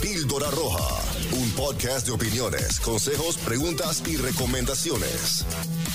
Píldora Roja, un podcast de opiniones, consejos, preguntas y recomendaciones.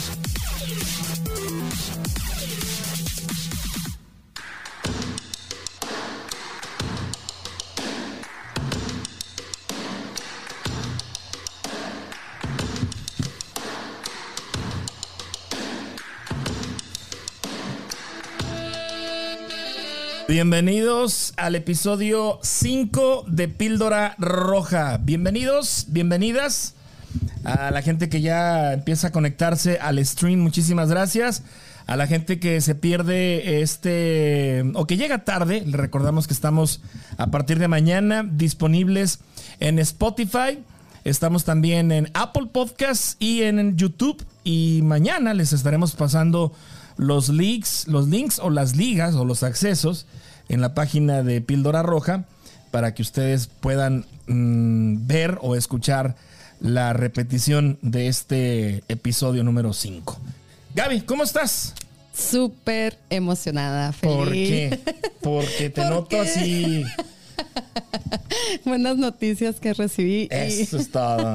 Bienvenidos al episodio 5 de Píldora Roja. Bienvenidos, bienvenidas a la gente que ya empieza a conectarse al stream. Muchísimas gracias. A la gente que se pierde o que llega tarde, le recordamos que estamos a partir de mañana disponibles en Spotify. Estamos también en Apple Podcasts y en YouTube. Y mañana les estaremos pasando los links o las ligas o los accesos en la página de Píldora Roja para que ustedes puedan ver o escuchar la repetición de este episodio número 5. Gaby, ¿cómo estás? Súper emocionada, feliz. ¿Por qué? Porque te noto así. Buenas noticias que recibí. Eso es todo.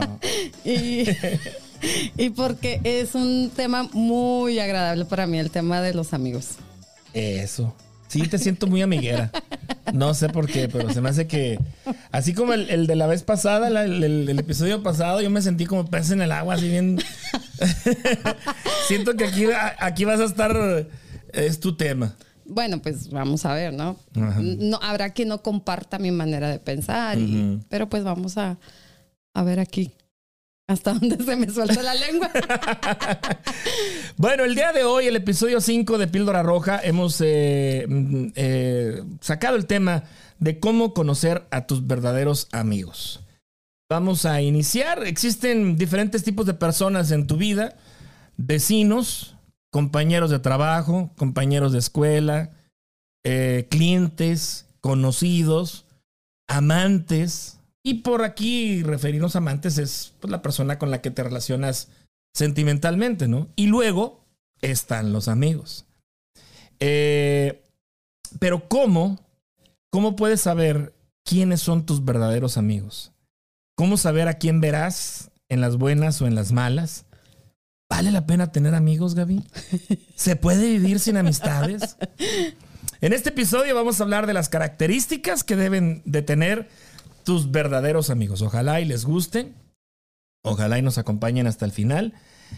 Y porque es un tema muy agradable para mí, el tema de los amigos. Eso. Sí, te siento muy amiguera. No sé por qué, pero se me hace que... Así como el de la vez pasada, el episodio pasado, yo me sentí como pez en el agua, así bien... Siento que aquí vas a estar... Es tu tema. Bueno, pues vamos a ver, ¿no? Ajá. No habrá quien no comparta mi manera de pensar, pero pues vamos a ver aquí hasta dónde se me suelta la lengua. Bueno, el día de hoy, el episodio 5 de Píldora Roja, hemos sacado el tema de cómo conocer a tus verdaderos amigos. Vamos a iniciar. Existen diferentes tipos de personas en tu vida: vecinos, compañeros de trabajo, compañeros de escuela, clientes, conocidos, amantes. Y por aquí referirnos a amantes es pues, la persona con la que te relacionas sentimentalmente, ¿no? Y luego están los amigos. Pero ¿cómo puedes saber quiénes son tus verdaderos amigos? ¿Cómo saber a quién verás en las buenas o en las malas? ¿Vale la pena tener amigos, Gaby? ¿Se puede vivir sin amistades? En este episodio vamos a hablar de las características que deben de tener tus verdaderos amigos. Ojalá y les gusten. Ojalá y nos acompañen hasta el final.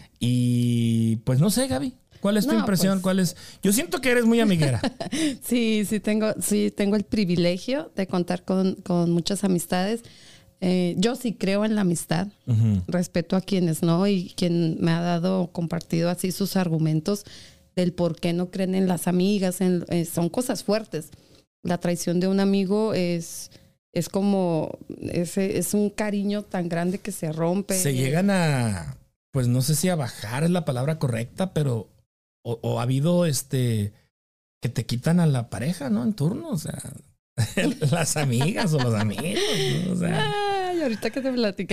Y pues no sé, Gaby, ¿cuál es tu impresión? Pues... Yo siento que eres muy amiguera. Sí, tengo el privilegio de contar con muchas amistades. Yo sí creo en la amistad. Respeto a quienes no, y quien me ha compartido así sus argumentos del por qué no creen en las amigas. Son cosas fuertes. La traición de un amigo es como, es un cariño tan grande que se rompe. Se llegan a, pues no sé si a bajar es la palabra correcta, pero o ha habido que te quitan a la pareja, ¿no? En turno, o sea, las amigas o los amigos, ¿no? O sea. Ay, ahorita que te platica.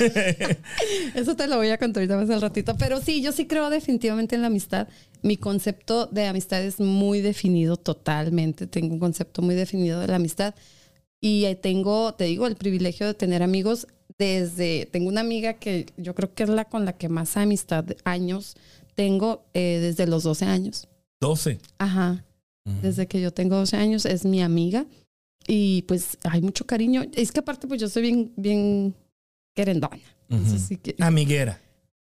Eso te lo voy a contar ahorita más al ratito. Pero sí, yo sí creo definitivamente en la amistad. Mi concepto de amistad es muy definido totalmente. Tengo un concepto muy definido de la amistad. Y te digo, el privilegio de tener amigos tengo una amiga que yo creo que es la con la que más años tengo, desde los 12 años. 12. Ajá. Desde que yo tengo 12 años es mi amiga. Y pues hay mucho cariño. Es que aparte pues yo soy bien, bien querendona. Así que, amiguera.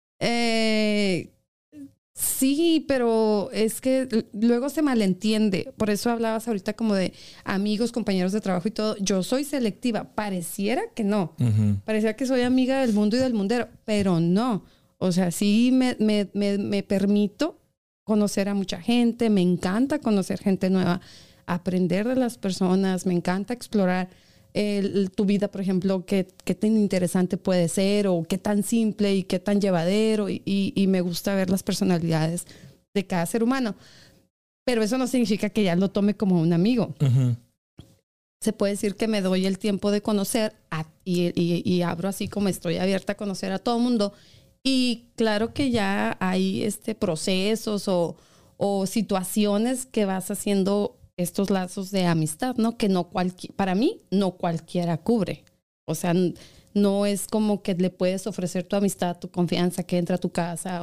Sí, pero es que luego se malentiende. Por eso hablabas ahorita como de amigos, compañeros de trabajo y todo. Yo soy selectiva. Pareciera que no. Pareciera que soy amiga del mundo y del mundero, pero no. O sea, sí me permito conocer a mucha gente. Me encanta conocer gente nueva, aprender de las personas. Me encanta explorar tu vida, por ejemplo, qué tan interesante puede ser, o qué tan simple y qué tan llevadero, y me gusta ver las personalidades de cada ser humano. Pero eso no significa que ya lo tome como un amigo. Se puede decir que me doy el tiempo de conocer y abro así como estoy abierta a conocer a todo el mundo. Y claro que ya hay procesos o situaciones que vas haciendo estos lazos de amistad, ¿no? Que para mí no cualquiera cubre. O sea, no es como que le puedes ofrecer tu amistad, tu confianza, que entra a tu casa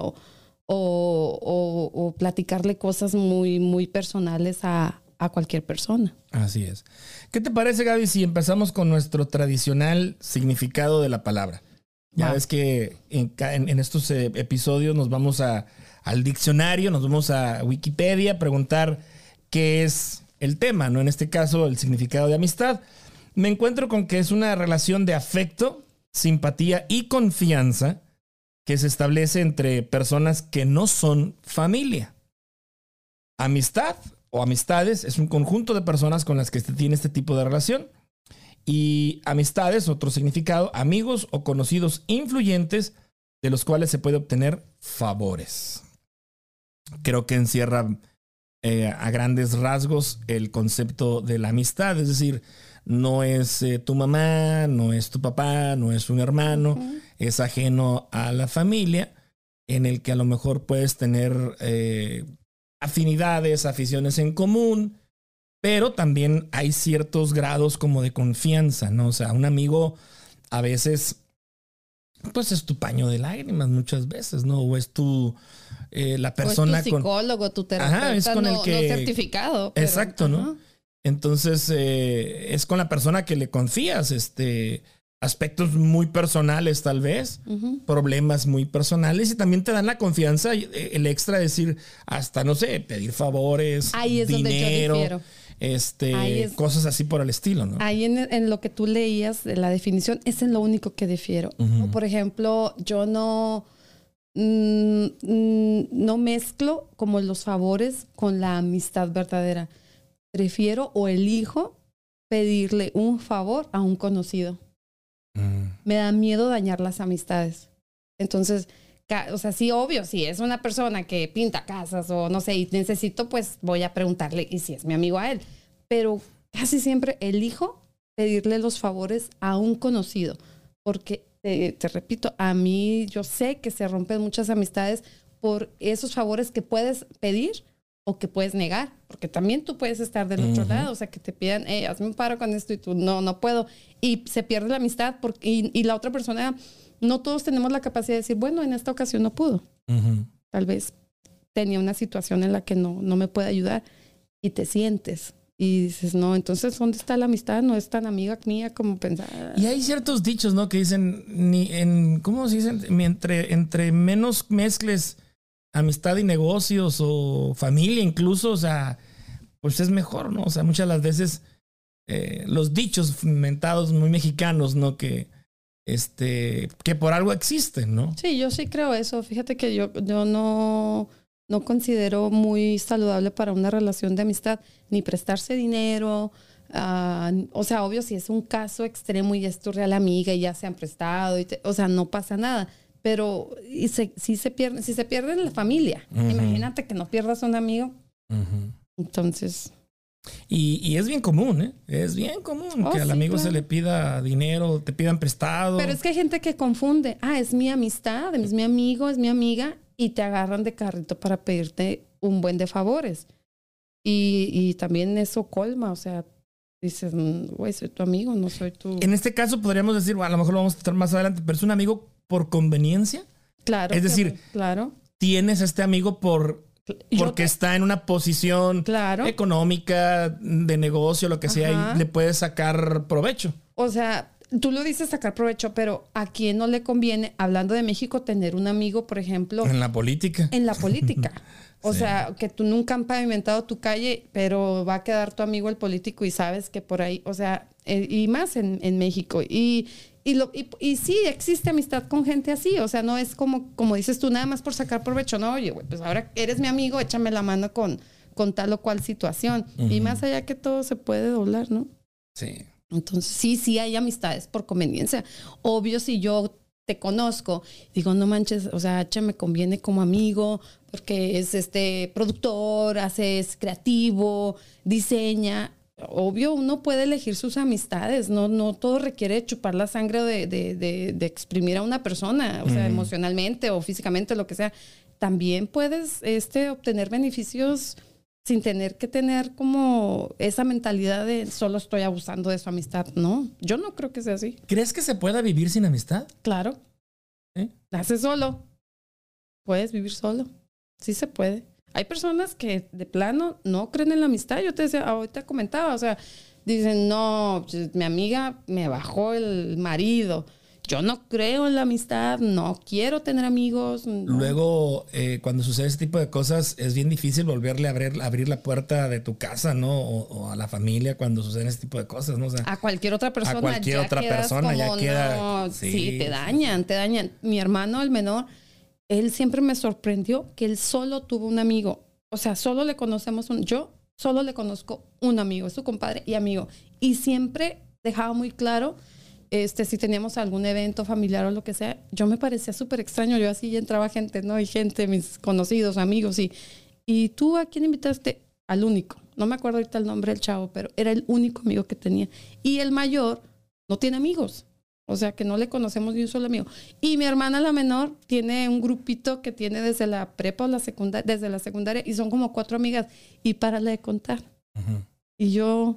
o platicarle cosas muy, muy personales a cualquier persona. Así es. ¿Qué te parece, Gaby, si empezamos con nuestro tradicional significado de la palabra? Ya ves que en estos episodios nos vamos al diccionario, nos vamos a Wikipedia a preguntar qué es el tema, ¿no? En este caso, el significado de amistad. Me encuentro con que es una relación de afecto, simpatía y confianza que se establece entre personas que no son familia. Amistad o amistades es un conjunto de personas con las que se tiene este tipo de relación. Y amistades, otro significado, amigos o conocidos influyentes de los cuales se puede obtener favores. Creo que encierra a grandes rasgos el concepto de la amistad, es decir, no es tu mamá, no es tu papá, no es un hermano, es ajeno a la familia, en el que a lo mejor puedes tener afinidades, aficiones en común, pero también hay ciertos grados como de confianza, ¿no? O sea, un amigo a veces, pues es tu paño de lágrimas muchas veces, ¿no? O es tu, la persona o es tu psicólogo, tu terapeuta, ajá, es con el que, no certificado. Pero, exacto, ¿no? Entonces, es con la persona que le confías, aspectos muy personales tal vez, problemas muy personales, y también te dan la confianza, el extra de decir, hasta, no sé, pedir favores, ahí es dinero, donde yo difiero. Cosas así por el estilo, ¿no? Ahí en lo que tú leías de la definición, es en lo único que difiero. Por ejemplo, yo no mezclo como los favores con la amistad verdadera. Prefiero o elijo pedirle un favor a un conocido. Me da miedo dañar las amistades. Entonces, o sea, sí, obvio, si es una persona que pinta casas o no sé, y necesito, pues voy a preguntarle y si es mi amigo a él. Pero casi siempre elijo pedirle los favores a un conocido. Porque, te repito, a mí yo sé que se rompen muchas amistades por esos favores que puedes pedir o que puedes negar, porque también tú puedes estar del otro lado, o sea, que te pidan, hazme un paro con esto y tú, no puedo, y se pierde la amistad y la otra persona, no todos tenemos la capacidad de decir, bueno, en esta ocasión no pudo. Tal vez tenía una situación en la que no me puede ayudar y te sientes y dices, no, entonces, ¿dónde está la amistad? No es tan amiga mía como pensaba. Y hay ciertos dichos, ¿no? Que dicen, ¿cómo se dicen? Entre menos mezcles amistad y negocios o familia incluso, o sea, pues es mejor, ¿no? O sea, muchas de las veces los dichos inventados muy mexicanos, ¿no? Que por algo existen, ¿no? Sí, yo sí creo eso. Fíjate que yo no considero muy saludable para una relación de amistad ni prestarse dinero. O sea, obvio, si es un caso extremo y es tu real amiga y ya se han prestado, o sea, no pasa nada. Pero si se pierde la familia, imagínate que no pierdas un amigo. Entonces. Y es bien común, ¿eh? Es bien común que al amigo se le pida dinero, te pidan prestado. Pero es que hay gente que confunde. Es mi amistad, es mi amigo, es mi amiga, y te agarran de carrito para pedirte un buen de favores. Y también eso colma, o sea, dices, güey, soy tu amigo, no soy tu... En este caso podríamos decir, bueno, a lo mejor lo vamos a tratar más adelante, pero es un amigo por conveniencia. Claro. Es decir, claro, tienes a este amigo porque está en una posición económica, de negocio, lo que sea, y le puedes sacar provecho. O sea, tú lo dices sacar provecho, pero ¿a quién no le conviene, hablando de México, tener un amigo, por ejemplo? En la política. En la política. O sea, que tú nunca han pavimentado tu calle, pero va a quedar tu amigo el político y sabes que por ahí, o sea, y más en México. Y sí, existe amistad con gente así. O sea, no es como dices tú, nada más por sacar provecho. No, oye, güey, pues ahora eres mi amigo, échame la mano con tal o cual situación. Y más allá que todo se puede doblar, ¿no? Sí. Entonces, sí hay amistades por conveniencia. Obvio, si yo te conozco, digo, no manches, o sea, me conviene como amigo porque es productor, es creativo, diseña. Obvio, uno puede elegir sus amistades, no todo requiere chupar la sangre de exprimir a una persona, o sea, emocionalmente o físicamente, lo que sea. También puedes obtener beneficios sin tener que tener como esa mentalidad de solo estoy abusando de su amistad. No, yo no creo que sea así. ¿Crees que se pueda vivir sin amistad? Claro. Naces solo. Puedes vivir solo. Sí se puede. Hay personas que de plano no creen en la amistad. Yo te decía, ahorita comentaba, o sea, dicen, no, pues, mi amiga me bajó el marido. Yo no creo en la amistad, no quiero tener amigos. No. Luego, cuando sucede ese tipo de cosas, es bien difícil volverle a abrir la puerta de tu casa, ¿no? O a la familia cuando suceden ese tipo de cosas, ¿no? O sea, a cualquier otra persona. A cualquier otra persona ya queda. No, sí, te dañan. Mi hermano, el menor, él siempre me sorprendió que él solo tuvo un amigo. O sea, solo le conocemos yo solo le conozco un amigo, es su compadre y amigo. Y siempre dejaba muy claro, si teníamos algún evento familiar o lo que sea, yo me parecía súper extraño. Yo así entraba gente, ¿no? Y gente, mis conocidos, amigos. ¿Y tú a quién invitaste? Al único. No me acuerdo ahorita el nombre del chavo, pero era el único amigo que tenía. Y el mayor no tiene amigos. O sea, que no le conocemos ni un solo amigo. Y mi hermana, la menor, tiene un grupito que tiene desde la prepa o desde la secundaria, y son como 4 amigas. Y párale de contar. Uh-huh. Y yo,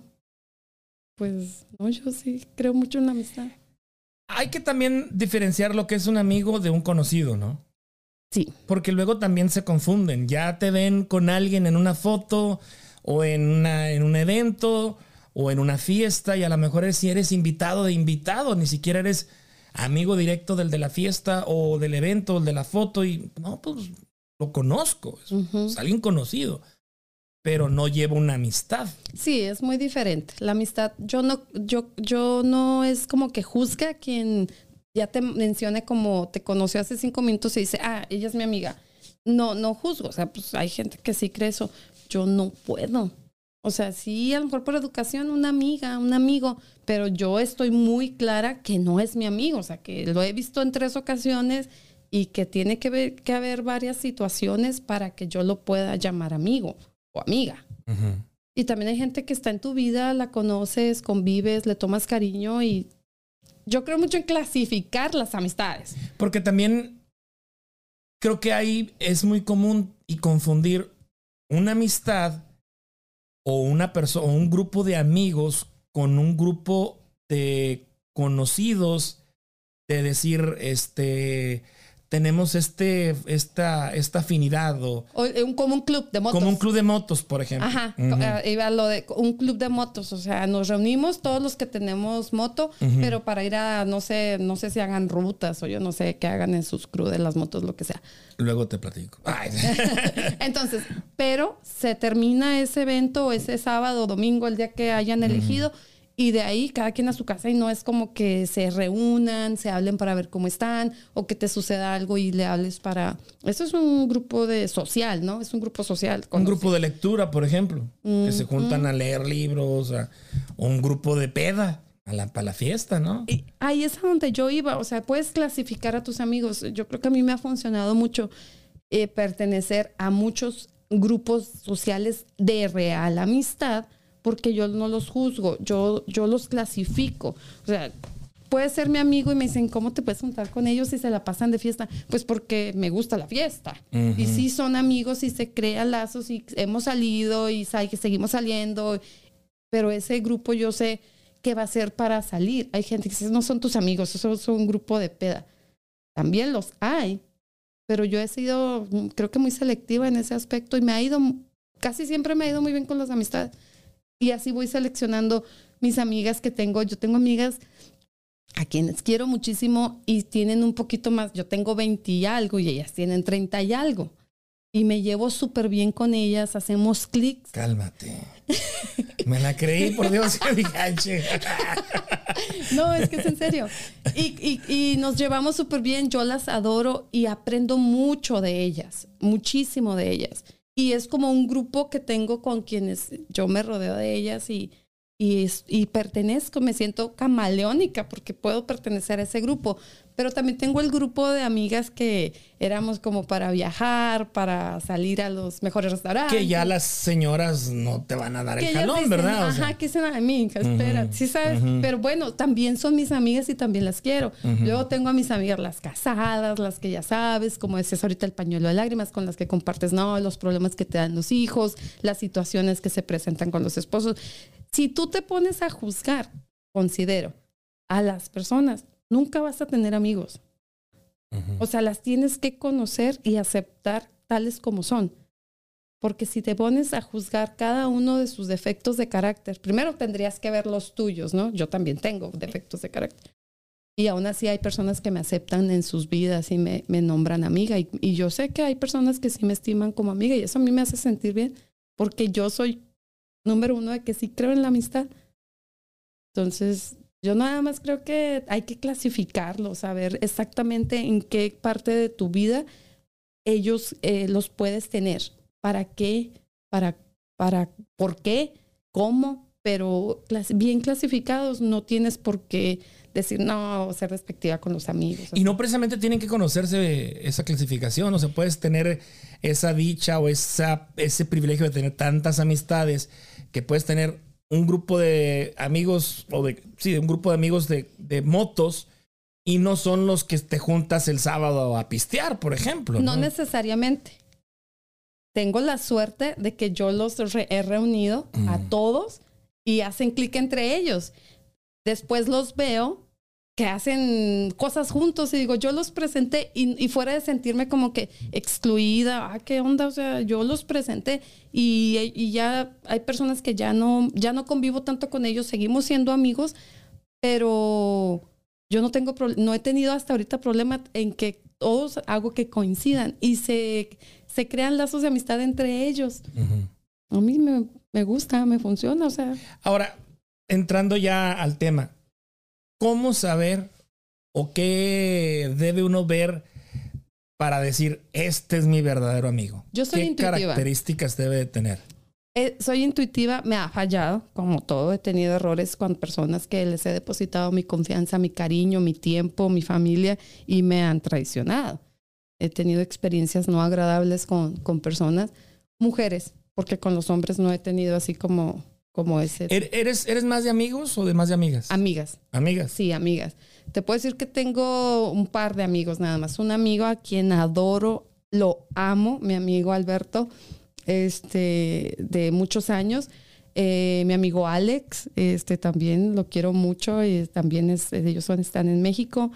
pues, no, yo sí creo mucho en la amistad. Hay que también diferenciar lo que es un amigo de un conocido, ¿no? Sí. Porque luego también se confunden. Ya te ven con alguien en una foto o en un evento o en una fiesta, y a lo mejor si eres invitado de invitado, ni siquiera eres amigo directo del de la fiesta o del evento o el de la foto, y no, pues lo conozco, es alguien conocido, pero no lleva una amistad. Sí, es muy diferente. La amistad, yo no es como que juzgue a quien ya te mencione como te conoció hace 5 minutos y dice, ella es mi amiga. No juzgo, o sea, pues hay gente que sí cree eso. Yo no puedo. O sea, sí, a lo mejor por educación, una amiga, un amigo, pero yo estoy muy clara que no es mi amigo. O sea, que lo he visto en 3 ocasiones y que tiene que haber varias situaciones para que yo lo pueda llamar amigo o amiga. Uh-huh. Y también hay gente que está en tu vida, la conoces, convives, le tomas cariño, y yo creo mucho en clasificar las amistades. Porque también creo que es muy común y confundir una amistad o una persona o un grupo de amigos con un grupo de conocidos, de decir, tenemos esta afinidad como un club de motos. Como un club de motos, por ejemplo. Ajá, iba lo de un club de motos. O sea, nos reunimos todos los que tenemos moto, pero para ir a, no sé si hagan rutas o yo no sé qué hagan en sus crew de las motos, lo que sea. Luego te platico. Entonces, pero se termina ese evento ese sábado o domingo, el día que hayan elegido, y de ahí cada quien a su casa, y no es como que se reúnan, se hablen para ver cómo están, o que te suceda algo y le hables para... Eso es un grupo social, ¿no? Es un grupo social. Un grupo de lectura, por ejemplo, que se juntan a leer libros, o un grupo de peda para la fiesta, ¿no? Y ahí es a donde yo iba. O sea, puedes clasificar a tus amigos. Yo creo que a mí me ha funcionado mucho pertenecer a muchos grupos sociales de real amistad, porque yo no los juzgo, yo los clasifico. O sea, puede ser mi amigo y me dicen, ¿cómo te puedes juntar con ellos si se la pasan de fiesta? Pues porque me gusta la fiesta. Uh-huh. Y sí son amigos y se crean lazos y hemos salido y seguimos saliendo. Pero ese grupo yo sé que va a ser para salir. Hay gente que dice, no son tus amigos, esos son un grupo de peda. También los hay, pero yo he sido, creo que muy selectiva en ese aspecto, y casi siempre me ha ido muy bien con las amistades. Y así voy seleccionando mis amigas que tengo. Yo tengo amigas a quienes quiero muchísimo y tienen un poquito más. Yo tengo 20 y algo y ellas tienen 30 y algo. Y me llevo súper bien con ellas, hacemos clics. Cálmate. Me la creí, por Dios, que dije. No, es que es en serio. Y nos llevamos súper bien, yo las adoro y aprendo mucho de ellas, muchísimo de ellas. Y es como un grupo que tengo con quienes yo me rodeo de ellas, y y pertenezco, me siento camaleónica porque puedo pertenecer a ese grupo. Pero también tengo el grupo de amigas que éramos como para viajar, para salir a los mejores restaurantes. Que ya las señoras no te van a dar que el jalón, dicen, ¿verdad? Ajá, que dicen, amiga, espera, sí sabes. Pero bueno, también son mis amigas y también las quiero. Luego tengo a mis amigas las casadas, las que ya sabes, como decías ahorita, el pañuelo de lágrimas, con las que compartes, no, los problemas que te dan los hijos, las situaciones que se presentan con los esposos. Si tú te pones a juzgar, considero, a las personas, nunca vas a tener amigos. O sea, las tienes que conocer y aceptar tales como son. Porque si te pones a juzgar cada uno de sus defectos de carácter, primero tendrías que ver los tuyos, ¿no? Yo también tengo defectos de carácter. Y aún así hay personas que me aceptan en sus vidas y me nombran amiga. Y yo sé que hay personas que sí me estiman como amiga y eso a mí me hace sentir bien. Porque yo soy número uno de que sí creo en la amistad. Entonces, yo nada más creo que hay que clasificarlos, saber exactamente en qué parte de tu vida ellos los puedes tener. ¿Para qué? ¿Por qué? ¿Cómo? Pero bien clasificados no tienes por qué decir, no, ser despectiva con los amigos. Y no precisamente tienen que conocerse esa clasificación. O sea, puedes tener esa dicha o ese privilegio de tener tantas amistades que puedes tener un grupo de amigos un grupo de amigos de motos y no son los que te juntas el sábado a pistear, por ejemplo. No necesariamente. Tengo la suerte de que yo los he reunido a todos y hacen clic entre ellos. Después los veo que hacen cosas juntos y digo, yo los presenté y fuera de sentirme como que excluida, ¿qué onda? O sea, yo los presenté y ya hay personas que ya no convivo tanto con ellos, seguimos siendo amigos, pero yo no he tenido hasta ahorita problema en que todos hago que coincidan y se crean lazos de amistad entre ellos. A mí me gusta, me funciona, o sea. Ahora, entrando ya al tema, ¿cómo saber o qué debe uno ver para decir, este es mi verdadero amigo? Yo soy intuitiva. ¿Qué características debe de tener? Soy intuitiva, me ha fallado, como todo. He tenido errores con personas que les he depositado mi confianza, mi cariño, mi tiempo, mi familia y me han traicionado. He tenido experiencias no agradables con personas, mujeres, porque con los hombres no he tenido así como ese. ¿Eres más de amigos o de más de amigas? Amigas. ¿Amigas? Sí, amigas. Te puedo decir que tengo un par de amigos nada más. Un amigo a quien adoro, lo amo, mi amigo Alberto, de muchos años. Mi amigo Alex, también lo quiero mucho y también ellos están en México.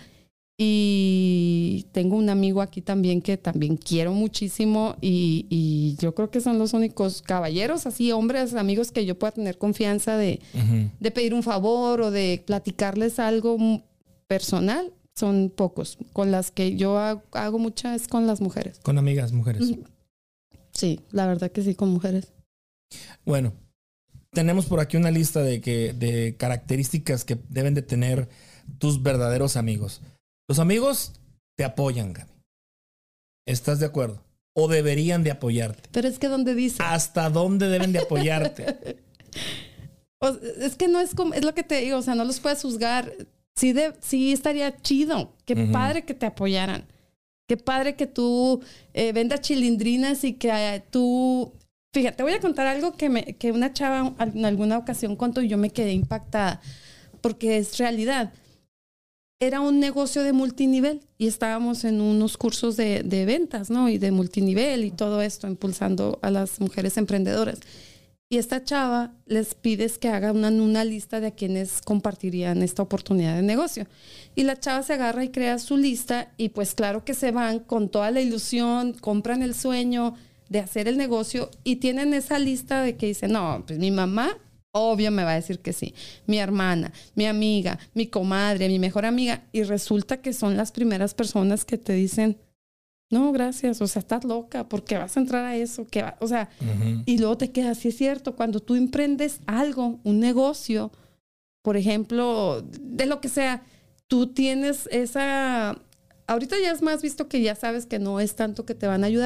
Y tengo un amigo aquí también que también quiero muchísimo y yo creo que son los únicos caballeros, así hombres, amigos que yo pueda tener confianza de pedir un favor o de platicarles algo personal. Son pocos. Con las que yo hago muchas con las mujeres. Con amigas mujeres. Sí, la verdad que sí, con mujeres. Bueno, tenemos por aquí una lista de características que deben de tener tus verdaderos amigos. Los amigos te apoyan, Gaby. ¿Estás de acuerdo? O deberían de apoyarte. Pero es que ¿dónde dice? ¿Hasta dónde deben de apoyarte? Es que no es como, es lo que te digo, o sea, no los puedes juzgar. Sí estaría chido. Qué padre que te apoyaran. Qué padre que tú vendas chilindrinas y que tú... Fíjate, te voy a contar algo que una chava en alguna ocasión contó y yo me quedé impactada porque es realidad. Era un negocio de multinivel y estábamos en unos cursos de ventas, ¿no? Y de multinivel y todo esto, impulsando a las mujeres emprendedoras. Y esta chava les pides que hagan una lista de a quienes compartirían esta oportunidad de negocio. Y la chava se agarra y crea su lista y pues claro que se van con toda la ilusión, compran el sueño de hacer el negocio y tienen esa lista de que dicen, no, pues mi mamá... Obvio me va a decir que sí. Mi hermana, mi amiga, mi comadre, mi mejor amiga. Y resulta que son las primeras personas que te dicen, no, gracias, o sea, estás loca, ¿por qué vas a entrar a eso? O sea, y luego te quedas, sí es cierto, cuando tú emprendes algo, un negocio, por ejemplo, de lo que sea, tú tienes esa... Ahorita ya es más visto que ya sabes que no es tanto que te van a ayudar,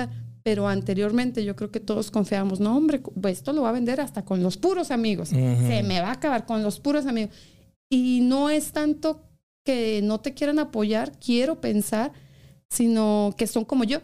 Pero anteriormente yo creo que todos confiábamos, no, hombre, pues esto lo va a vender hasta con los puros amigos. Se me va a acabar con los puros amigos. Y no es tanto que no te quieran apoyar, quiero pensar, sino que son como yo.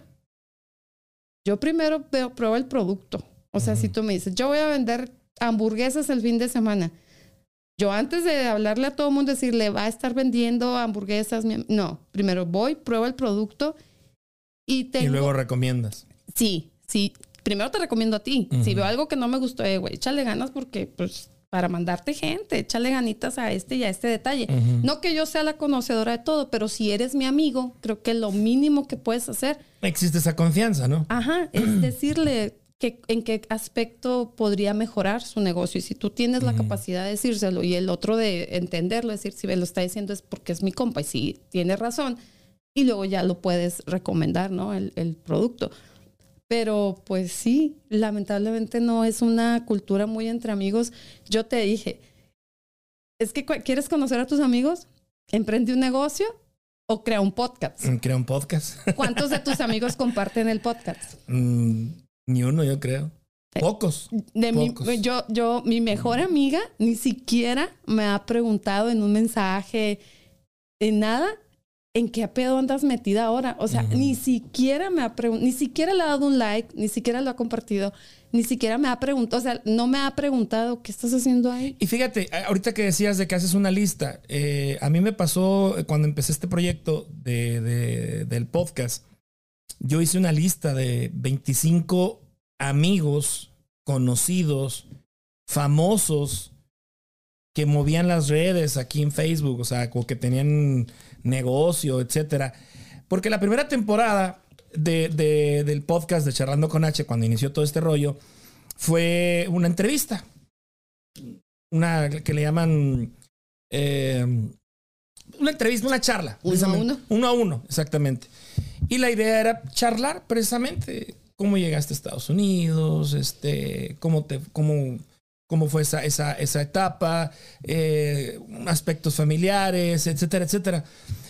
Yo primero pruebo el producto. O sea, si tú me dices, yo voy a vender hamburguesas el fin de semana. Yo antes de hablarle a todo el mundo, decirle, va a estar vendiendo hamburguesas. No, primero voy, pruebo el producto y luego recomiendas. Sí. Primero te recomiendo a ti. Si veo algo que no me gustó, güey, échale ganas porque, pues, para mandarte gente, échale ganitas a este y a este detalle. No que yo sea la conocedora de todo, pero si eres mi amigo, creo que lo mínimo que puedes hacer... Existe esa confianza, ¿no? Ajá, es decirle que en qué aspecto podría mejorar su negocio. Y si tú tienes la capacidad de decírselo y el otro de entenderlo, decir, si me lo está diciendo es porque es mi compa y sí, tiene razón. Y luego ya lo puedes recomendar, ¿no? El producto. Pero pues sí, lamentablemente no es una cultura muy entre amigos. Yo te dije, es que ¿quieres conocer a tus amigos? Emprende un negocio o crea un podcast. Crea un podcast. ¿Cuántos de tus amigos comparten el podcast? Ni uno, yo creo. Pocos. Pocos. Mi mejor amiga ni siquiera me ha preguntado en un mensaje, en nada, ¿en qué pedo andas metida ahora? O sea, ni siquiera me ha preguntado, ni siquiera le ha dado un like, ni siquiera lo ha compartido, ni siquiera me ha preguntado, o sea, no me ha preguntado qué estás haciendo ahí. Y fíjate, ahorita que decías de que haces una lista, a mí me pasó cuando empecé este proyecto del podcast, yo hice una lista de 25 amigos, conocidos, famosos, que movían las redes aquí en Facebook, o sea, como que tenían negocio, etcétera. Porque la primera temporada del podcast de Charlando con H, cuando inició todo este rollo, fue una entrevista. Una que le llaman... una entrevista, una charla. Uno a uno, exactamente. Y la idea era charlar precisamente cómo llegaste a Estados Unidos, cómo fue esa etapa, aspectos familiares, etcétera, etcétera.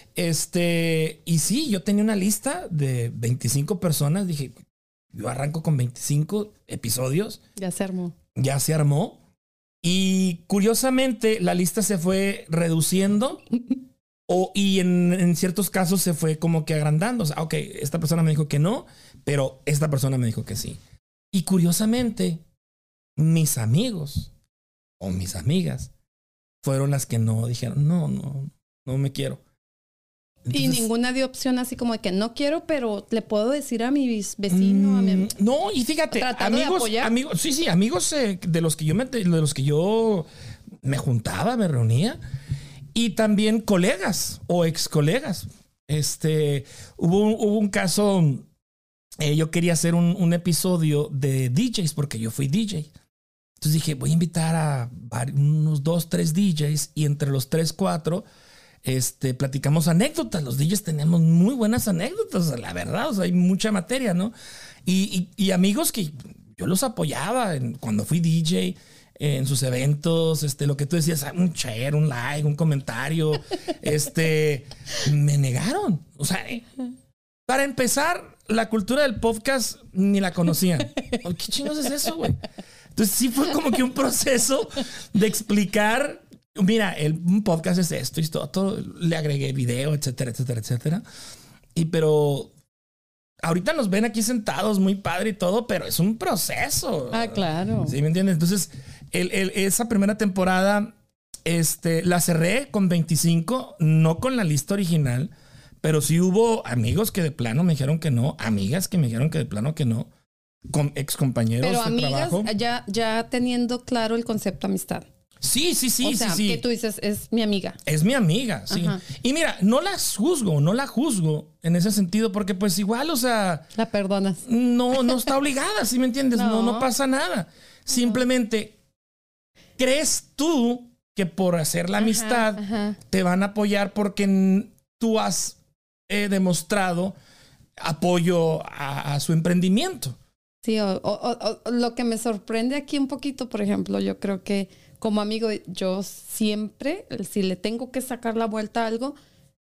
Y sí, yo tenía una lista de 25 personas. Dije, yo arranco con 25 episodios. Ya se armó. Ya se armó. Y curiosamente, la lista se fue reduciendo y en ciertos casos se fue como que agrandando. O sea, ok, esta persona me dijo que no, pero esta persona me dijo que sí. Y curiosamente, mis amigos o mis amigas fueron las que no dijeron, no me quiero. Entonces, y ninguna dio opción así como de que no quiero, pero le puedo decir a mi vecino, a mi... No, y fíjate, amigos, sí, amigos de los que yo me juntaba, me reunía, y también colegas o ex colegas. Hubo un caso, yo quería hacer un episodio de DJs porque yo fui DJ. Entonces dije, voy a invitar a unos 2, 3 DJs y entre los 3, 4 platicamos anécdotas. Los DJs tenemos muy buenas anécdotas, la verdad. O sea, hay mucha materia, ¿no? Y amigos que yo los apoyaba cuando fui DJ, en sus eventos, lo que tú decías, un share, un like, un comentario, me negaron. O sea, para empezar, la cultura del podcast ni la conocían. ¿Qué chingos es eso, güey? Entonces sí fue como que un proceso de explicar, mira, un podcast es esto y todo, le agregué video, etcétera, etcétera, etcétera. Pero ahorita nos ven aquí sentados, muy padre y todo, pero es un proceso. Ah, claro. ¿Sí me entiendes? Entonces, esa primera temporada la cerré con 25, no con la lista original, pero sí hubo amigos que de plano me dijeron que no, amigas que me dijeron que de plano que no, con ex compañeros de trabajo. Pero ya teniendo claro el concepto amistad. Sí. O sea, sí. que tú dices, es mi amiga. Es mi amiga, sí. Ajá. Y mira, no la juzgo en ese sentido, porque pues igual, o sea... La perdonas. No está obligada, ¿sí me entiendes? No pasa nada. Simplemente, ¿crees tú que por hacer la amistad te van a apoyar porque tú has demostrado apoyo a su emprendimiento? Sí, o lo que me sorprende aquí un poquito, por ejemplo, yo creo que como amigo, yo siempre, si le tengo que sacar la vuelta a algo,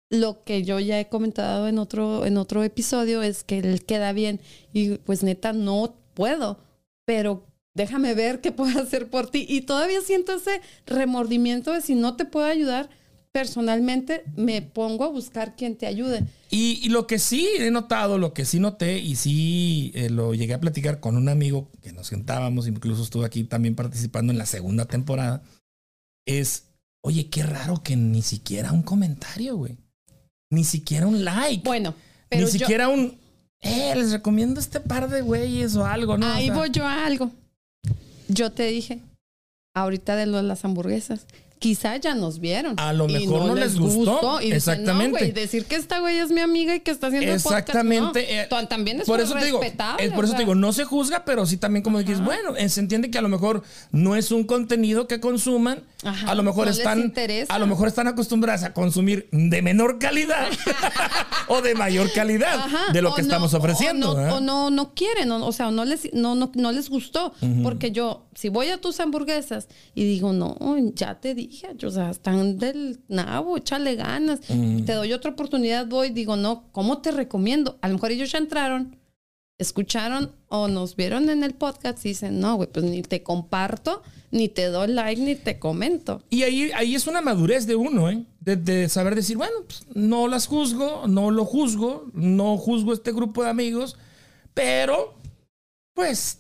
lo que yo ya he comentado en otro episodio es que él queda bien y pues neta no puedo, pero déjame ver qué puedo hacer por ti. Y todavía siento ese remordimiento de si no te puedo ayudar personalmente, me pongo a buscar quien te ayude. Y lo que sí he notado, lo que sí noté y sí lo llegué a platicar con un amigo que nos sentábamos, incluso estuve aquí también participando en la segunda temporada, es, oye, qué raro que ni siquiera un comentario, güey. Ni siquiera un like. Bueno, pero ni siquiera les recomiendo este par de güeyes o algo, ¿no? Ahí o sea, voy yo a algo. Yo te dije, ahorita de lo de las hamburguesas, quizá ya nos vieron. A lo mejor no les gustó. Y exactamente. Dicen, no, güey, decir que esta güey es mi amiga y que está haciendo exactamente. El podcast, no. También es por eso respetable. Por eso te digo, no se juzga, pero sí también como dices, bueno, se entiende que a lo mejor no es un contenido que consuman. Ajá, a lo mejor a lo mejor están acostumbradas a consumir de menor calidad o de mayor calidad de lo que estamos ofreciendo. O no quieren, o sea, no les gustó. Porque yo, si voy a tus hamburguesas y digo, no, ya te dije, o sea, están del nabo, échale ganas. Te doy otra oportunidad, voy, digo, no, ¿cómo te recomiendo? A lo mejor ellos ya entraron, escucharon o nos vieron en el podcast y dicen, no, güey, pues ni te comparto, ni te doy like, ni te comento. Y ahí es una madurez de uno, ¿eh? De saber decir, bueno, pues no las juzgo, no lo juzgo, no juzgo este grupo de amigos, pero pues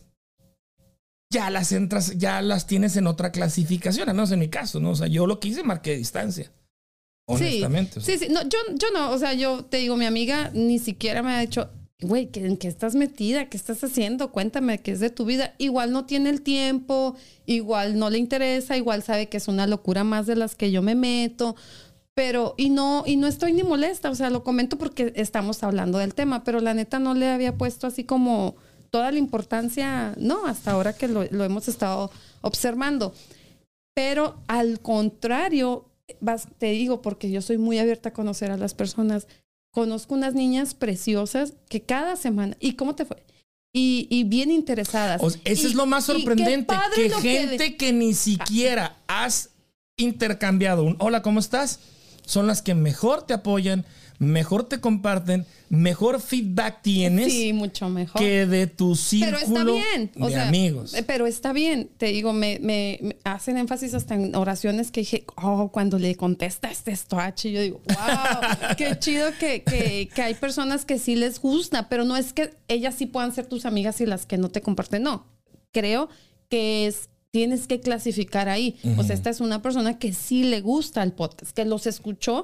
ya las tienes en otra clasificación, al menos en mi caso, ¿no? O sea, yo lo que hice marqué distancia. Honestamente. Sí, sí. No, yo no, o sea, yo te digo, mi amiga ni siquiera me ha dicho, güey, ¿en qué estás metida? ¿Qué estás haciendo? Cuéntame qué es de tu vida. Igual no tiene el tiempo, igual no le interesa, igual sabe que es una locura más de las que yo me meto. Pero, y no estoy ni molesta, o sea, lo comento porque estamos hablando del tema, pero la neta no le había puesto así como toda la importancia, no, hasta ahora que lo hemos estado observando. Pero al contrario, te digo, porque yo soy muy abierta a conocer a las personas, conozco unas niñas preciosas que cada semana, ¿y cómo te fue? Y bien interesadas. Eso es lo más sorprendente, que gente que ni siquiera has intercambiado un hola, ¿cómo estás? Son las que mejor te apoyan, mejor te comparten, mejor feedback tienes. Sí, mucho mejor. Que de tu círculo pero está bien, de amigos. Pero está bien. Te digo, me hacen énfasis hasta en oraciones que dije, cuando le contestaste esto a H, yo digo, wow, qué chido que hay personas que sí les gusta, pero no es que ellas sí puedan ser tus amigas y las que no te comparten. No, creo que tienes que clasificar ahí. O sea, esta es una persona que sí le gusta el podcast, que los escuchó.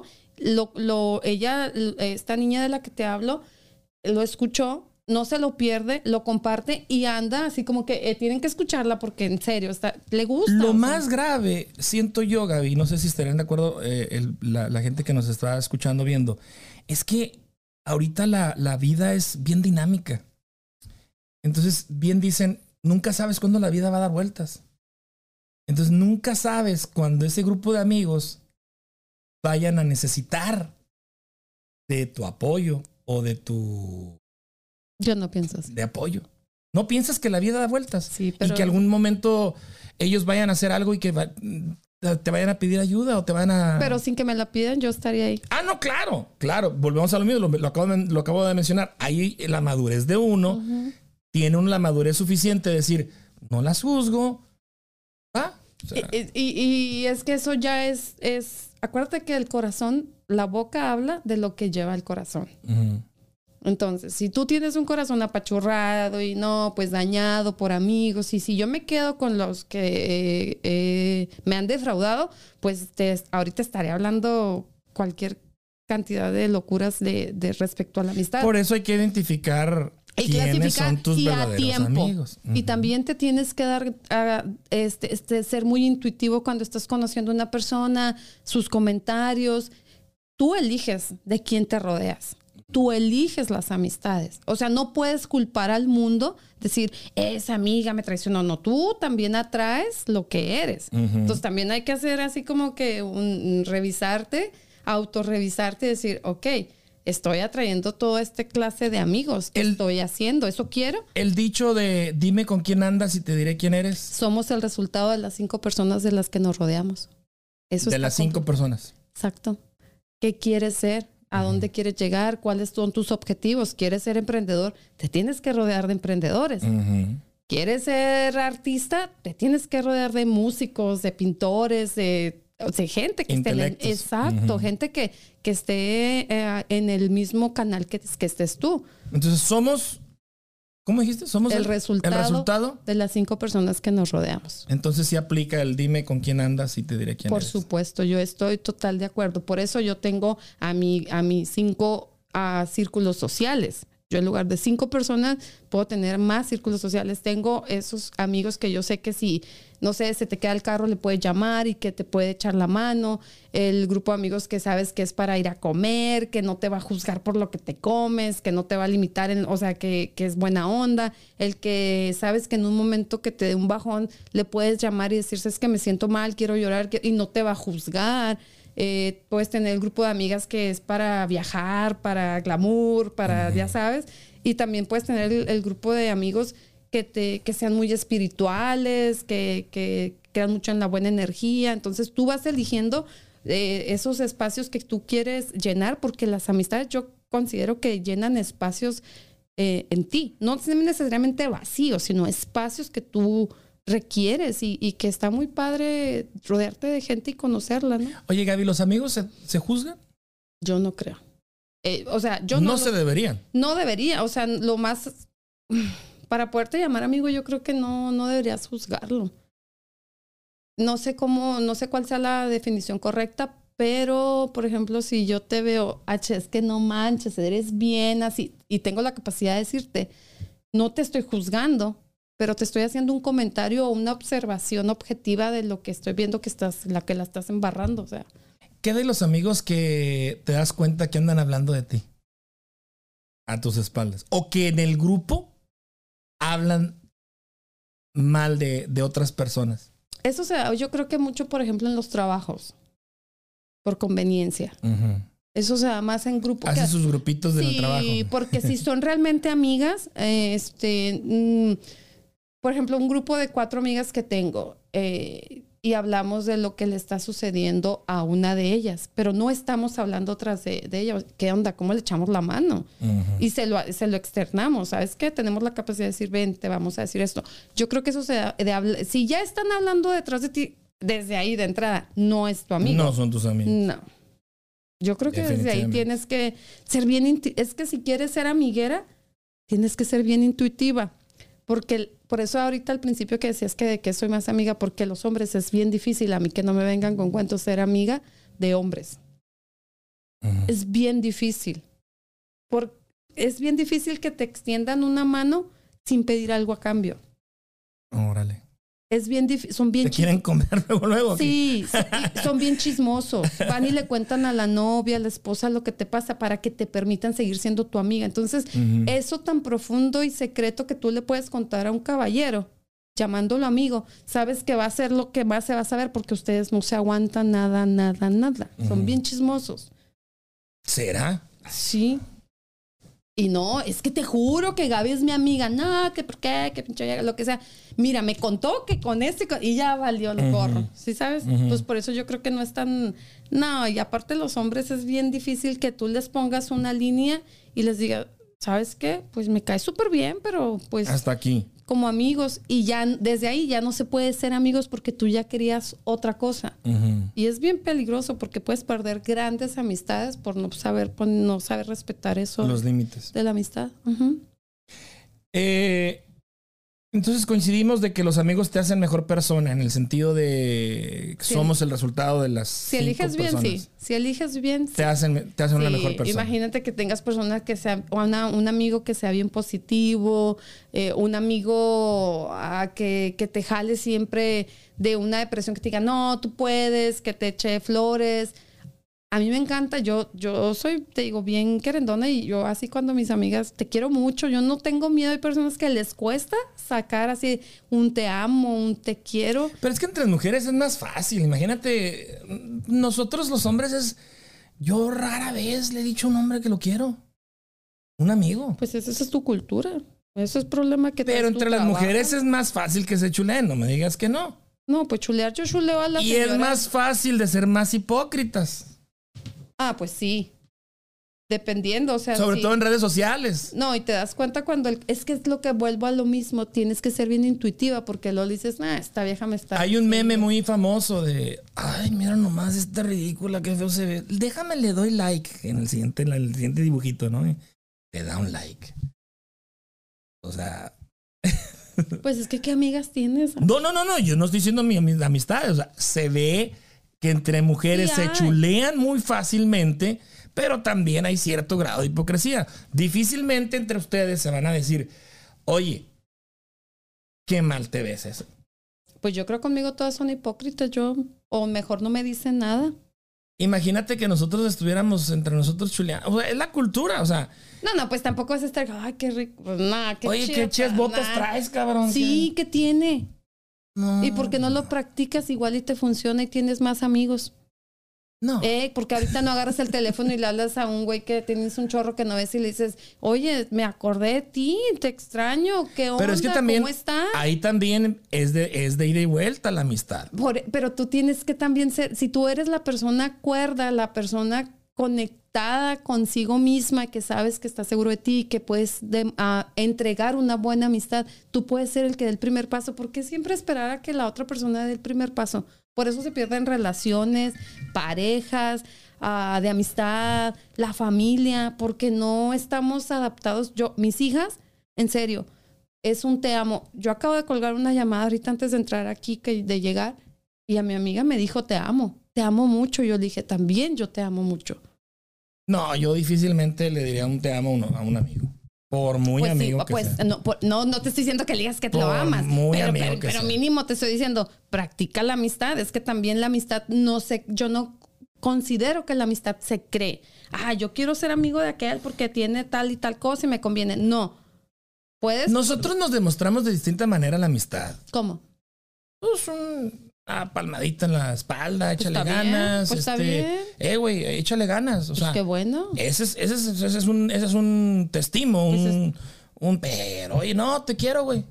Esta niña de la que te hablo, lo escuchó, no se lo pierde, lo comparte y anda así como que tienen que escucharla porque en serio, le gusta. Lo más grave, siento yo, Gaby, no sé si estarían de acuerdo la gente que nos está escuchando, viendo, es que ahorita la vida es bien dinámica. Entonces, bien dicen, nunca sabes cuándo la vida va a dar vueltas. Entonces, nunca sabes cuando ese grupo de amigos vayan a necesitar de tu apoyo o de tu... Yo no pienso así. De apoyo. ¿No piensas que la vida da vueltas? Sí, pero... Y que algún momento ellos vayan a hacer algo y que te vayan a pedir ayuda o te van a... Pero sin que me la pidan, yo estaría ahí. Ah, no, claro. Volvemos a lo mismo. Lo acabo de mencionar. Ahí la madurez de uno tiene la madurez suficiente de decir, no las juzgo. O sea, y es que eso ya es... Acuérdate que el corazón, la boca habla de lo que lleva el corazón. Entonces, si tú tienes un corazón apachurrado y pues dañado por amigos, y si yo me quedo con los que me han defraudado, pues ahorita estaré hablando cualquier cantidad de locuras de respecto a la amistad. Por eso hay que identificar quiénes son tus verdaderos amigos. Y también te tienes que dar ser muy intuitivo cuando estás conociendo a una persona, sus comentarios. Tú eliges de quién te rodeas. Tú eliges las amistades. O sea, no puedes culpar al mundo, decir, esa amiga me traicionó. No, tú también atraes lo que eres. Entonces también hay que hacer así como que revisarte, autorrevisarte y decir, ok, estoy atrayendo toda esta clase de amigos. ¿Qué estoy haciendo? ¿Eso quiero? El dicho de dime con quién andas y te diré quién eres. Somos el resultado de las 5 personas de las que nos rodeamos. Eso de las 5 personas. Exacto. ¿Qué quieres ser? ¿A dónde quieres llegar? ¿Cuáles son tus objetivos? ¿Quieres ser emprendedor? Te tienes que rodear de emprendedores. ¿Quieres ser artista? Te tienes que rodear de músicos, de pintores, de gente que esté... Exacto, gente que esté en el mismo canal que estés tú. Entonces somos... ¿Cómo dijiste? Somos el resultado de las 5 personas que nos rodeamos. Entonces sí aplica el dime con quién andas y te diré quién eres. Por supuesto, yo estoy total de acuerdo. Por eso yo tengo a mis 5 círculos sociales. Yo en lugar de 5 personas puedo tener más círculos sociales. Tengo esos amigos que yo sé que si, no sé, se te queda el carro, le puedes llamar y que te puede echar la mano. El grupo de amigos que sabes que es para ir a comer, que no te va a juzgar por lo que te comes, que no te va a limitar, o sea, que es buena onda. El que sabes que en un momento que te dé un bajón, le puedes llamar y decirse, es que me siento mal, quiero llorar, y no te va a juzgar. Puedes tener el grupo de amigas que es para viajar, para glamour, para, ya sabes. Y también puedes tener el grupo de amigos que sean muy espirituales, que crean mucho en la buena energía. Entonces tú vas eligiendo esos espacios que tú quieres llenar, porque las amistades yo considero que llenan espacios en ti. No necesariamente vacíos, sino espacios que tú requieres y que está muy padre rodearte de gente y conocerla, ¿no? Oye, Gaby, ¿los amigos se juzgan? Yo no creo. O sea, no se deberían. No debería. O sea, lo más... Para poderte llamar amigo, yo creo que no deberías juzgarlo. No sé cuál sea la definición correcta, pero, por ejemplo, si yo te veo, es que no manches, eres bien así, y tengo la capacidad de decirte, no te estoy juzgando, pero te estoy haciendo un comentario o una observación objetiva de lo que estoy viendo que la estás embarrando, o sea. ¿Qué de los amigos que te das cuenta que andan hablando de ti a tus espaldas? O que en el grupo hablan mal de otras personas. Eso se da, yo creo que mucho, por ejemplo, en los trabajos, por conveniencia. Eso se da más en grupos. Hace sus grupitos del trabajo. Sí, porque si son realmente amigas, por ejemplo, un grupo de 4 amigas que tengo y hablamos de lo que le está sucediendo a una de ellas, pero no estamos hablando tras de ella. ¿Qué onda? ¿Cómo le echamos la mano? Y se lo externamos. ¿Sabes qué? Tenemos la capacidad de decir, ven, te vamos a decir esto. Yo creo que eso se da si ya están hablando detrás de ti, desde ahí de entrada, no es tu amigo. No son tus amigos. No. Yo creo que desde ahí tienes que ser bien... Es que si quieres ser amiguera, tienes que ser bien intuitiva. Porque por eso ahorita al principio que decías que soy más amiga, porque los hombres es bien difícil, a mí que no me vengan con cuentos, ser amiga de hombres. Es bien difícil. Es bien difícil que te extiendan una mano sin pedir algo a cambio. Órale. Es bien difícil. Son bien... ¿Te quieren comer luego? Sí, son bien chismosos. Van y le cuentan a la novia, a la esposa lo que te pasa para que te permitan seguir siendo tu amiga. Entonces, eso tan profundo y secreto que tú le puedes contar a un caballero, llamándolo amigo, sabes que va a ser lo que más se va a saber porque ustedes no se aguantan nada. Son bien chismosos. ¿Será? Sí. Y no, es que te juro que Gaby es mi amiga. No, que por qué, que pinche, lo que sea. Mira, me contó que con este y ya valió el gorro. ¿Sí sabes? Pues por eso yo creo que no es tan... No, y aparte los hombres es bien difícil que tú les pongas una línea y les digas, ¿sabes qué? Pues me cae súper bien, pero pues... Hasta aquí. Como amigos. Y ya desde ahí ya no se puede ser amigos porque tú ya querías otra cosa. Y es bien peligroso porque puedes perder grandes amistades por no saber respetar eso. Los límites. De la amistad. Entonces coincidimos de que los amigos te hacen mejor persona en el sentido de que somos el resultado de las si eliges bien, personas. sí. Si eliges bien, te hacen una mejor persona. Imagínate que tengas personas que sea un amigo que sea bien positivo, un amigo que te jale siempre de una depresión, que te diga, no, tú puedes, que te eche flores. A mí me encanta, yo soy, te digo, bien querendona y yo así cuando mis amigas, te quiero mucho, yo no tengo miedo. Hay personas que les cuesta sacar así un te amo, un te quiero. Pero es que entre mujeres es más fácil. Imagínate, nosotros los hombres yo rara vez le he dicho a un hombre que lo quiero. Un amigo. Pues esa es tu cultura. Eso es problema que pero entre las mujeres es más fácil que se chuleen, no me digas que no. No, pues chulear, yo chuleo a la y señora. es más fácil de ser más hipócritas. Ah, pues sí. Dependiendo, o sea. Sobre todo en redes sociales. No, y te das cuenta cuando es que es lo que vuelvo a lo mismo. Tienes que ser bien intuitiva porque luego dices, esta vieja me está. Hay un meme muy famoso de, ay, mira nomás esta ridícula, qué feo se ve. Déjame, le doy like en el siguiente dibujito, ¿no? Y te da un like. O sea. Pues es que, ¿qué amigas tienes? No. Yo no estoy diciendo mi amistad. O sea, se ve que entre mujeres se chulean muy fácilmente, pero también hay cierto grado de hipocresía. Difícilmente entre ustedes se van a decir, oye, qué mal te ves eso. Pues yo creo que conmigo todas son hipócritas. O mejor no me dicen nada. Imagínate que nosotros estuviéramos entre nosotros chuleando. O sea, es la cultura, o sea. No, pues tampoco vas a estar, ay, qué rico. Pues nada, qué oye, chido, qué ches botas traes, cabrón. Sí, ¿qué tiene? No. ¿Y por qué no lo practicas igual y te funciona y tienes más amigos? No. Porque ahorita no agarras el teléfono y le hablas a un güey que tienes un chorro que no ves y le dices, oye, me acordé de ti, te extraño, ¿qué onda? Pero es que también, ¿cómo estás? ahí también es de ida y vuelta la amistad. Pero tú tienes que también ser, si tú eres la persona cuerda, la persona conectada consigo misma, que sabes que está seguro de ti, que puedes entregar una buena amistad, tú puedes ser el que dé el primer paso, porque siempre esperar a que la otra persona dé el primer paso. Por eso se pierden relaciones, parejas, de amistad, la familia, porque no estamos adaptados. Mis hijas, en serio, es un te amo. Yo acabo de colgar una llamada ahorita antes de entrar aquí, de llegar, y a mi amiga me dijo, te amo mucho. Yo le dije, también yo te amo mucho. No, yo difícilmente le diría un te amo a un amigo. Por muy pues amigo sí, que pues, sea. No te estoy diciendo que le digas que te lo amas. Pero mínimo te estoy diciendo, practica la amistad. Es que también la amistad yo no considero que la amistad se cree. Yo quiero ser amigo de aquel porque tiene tal y tal cosa y me conviene. No. Puedes. Nosotros nos demostramos de distinta manera la amistad. ¿Cómo? Pues una palmadita en la espalda, échale ganas. Pues está bien. Güey, échale ganas. O sea, qué bueno. Ese es un testimo, pero oye, no, te quiero, güey.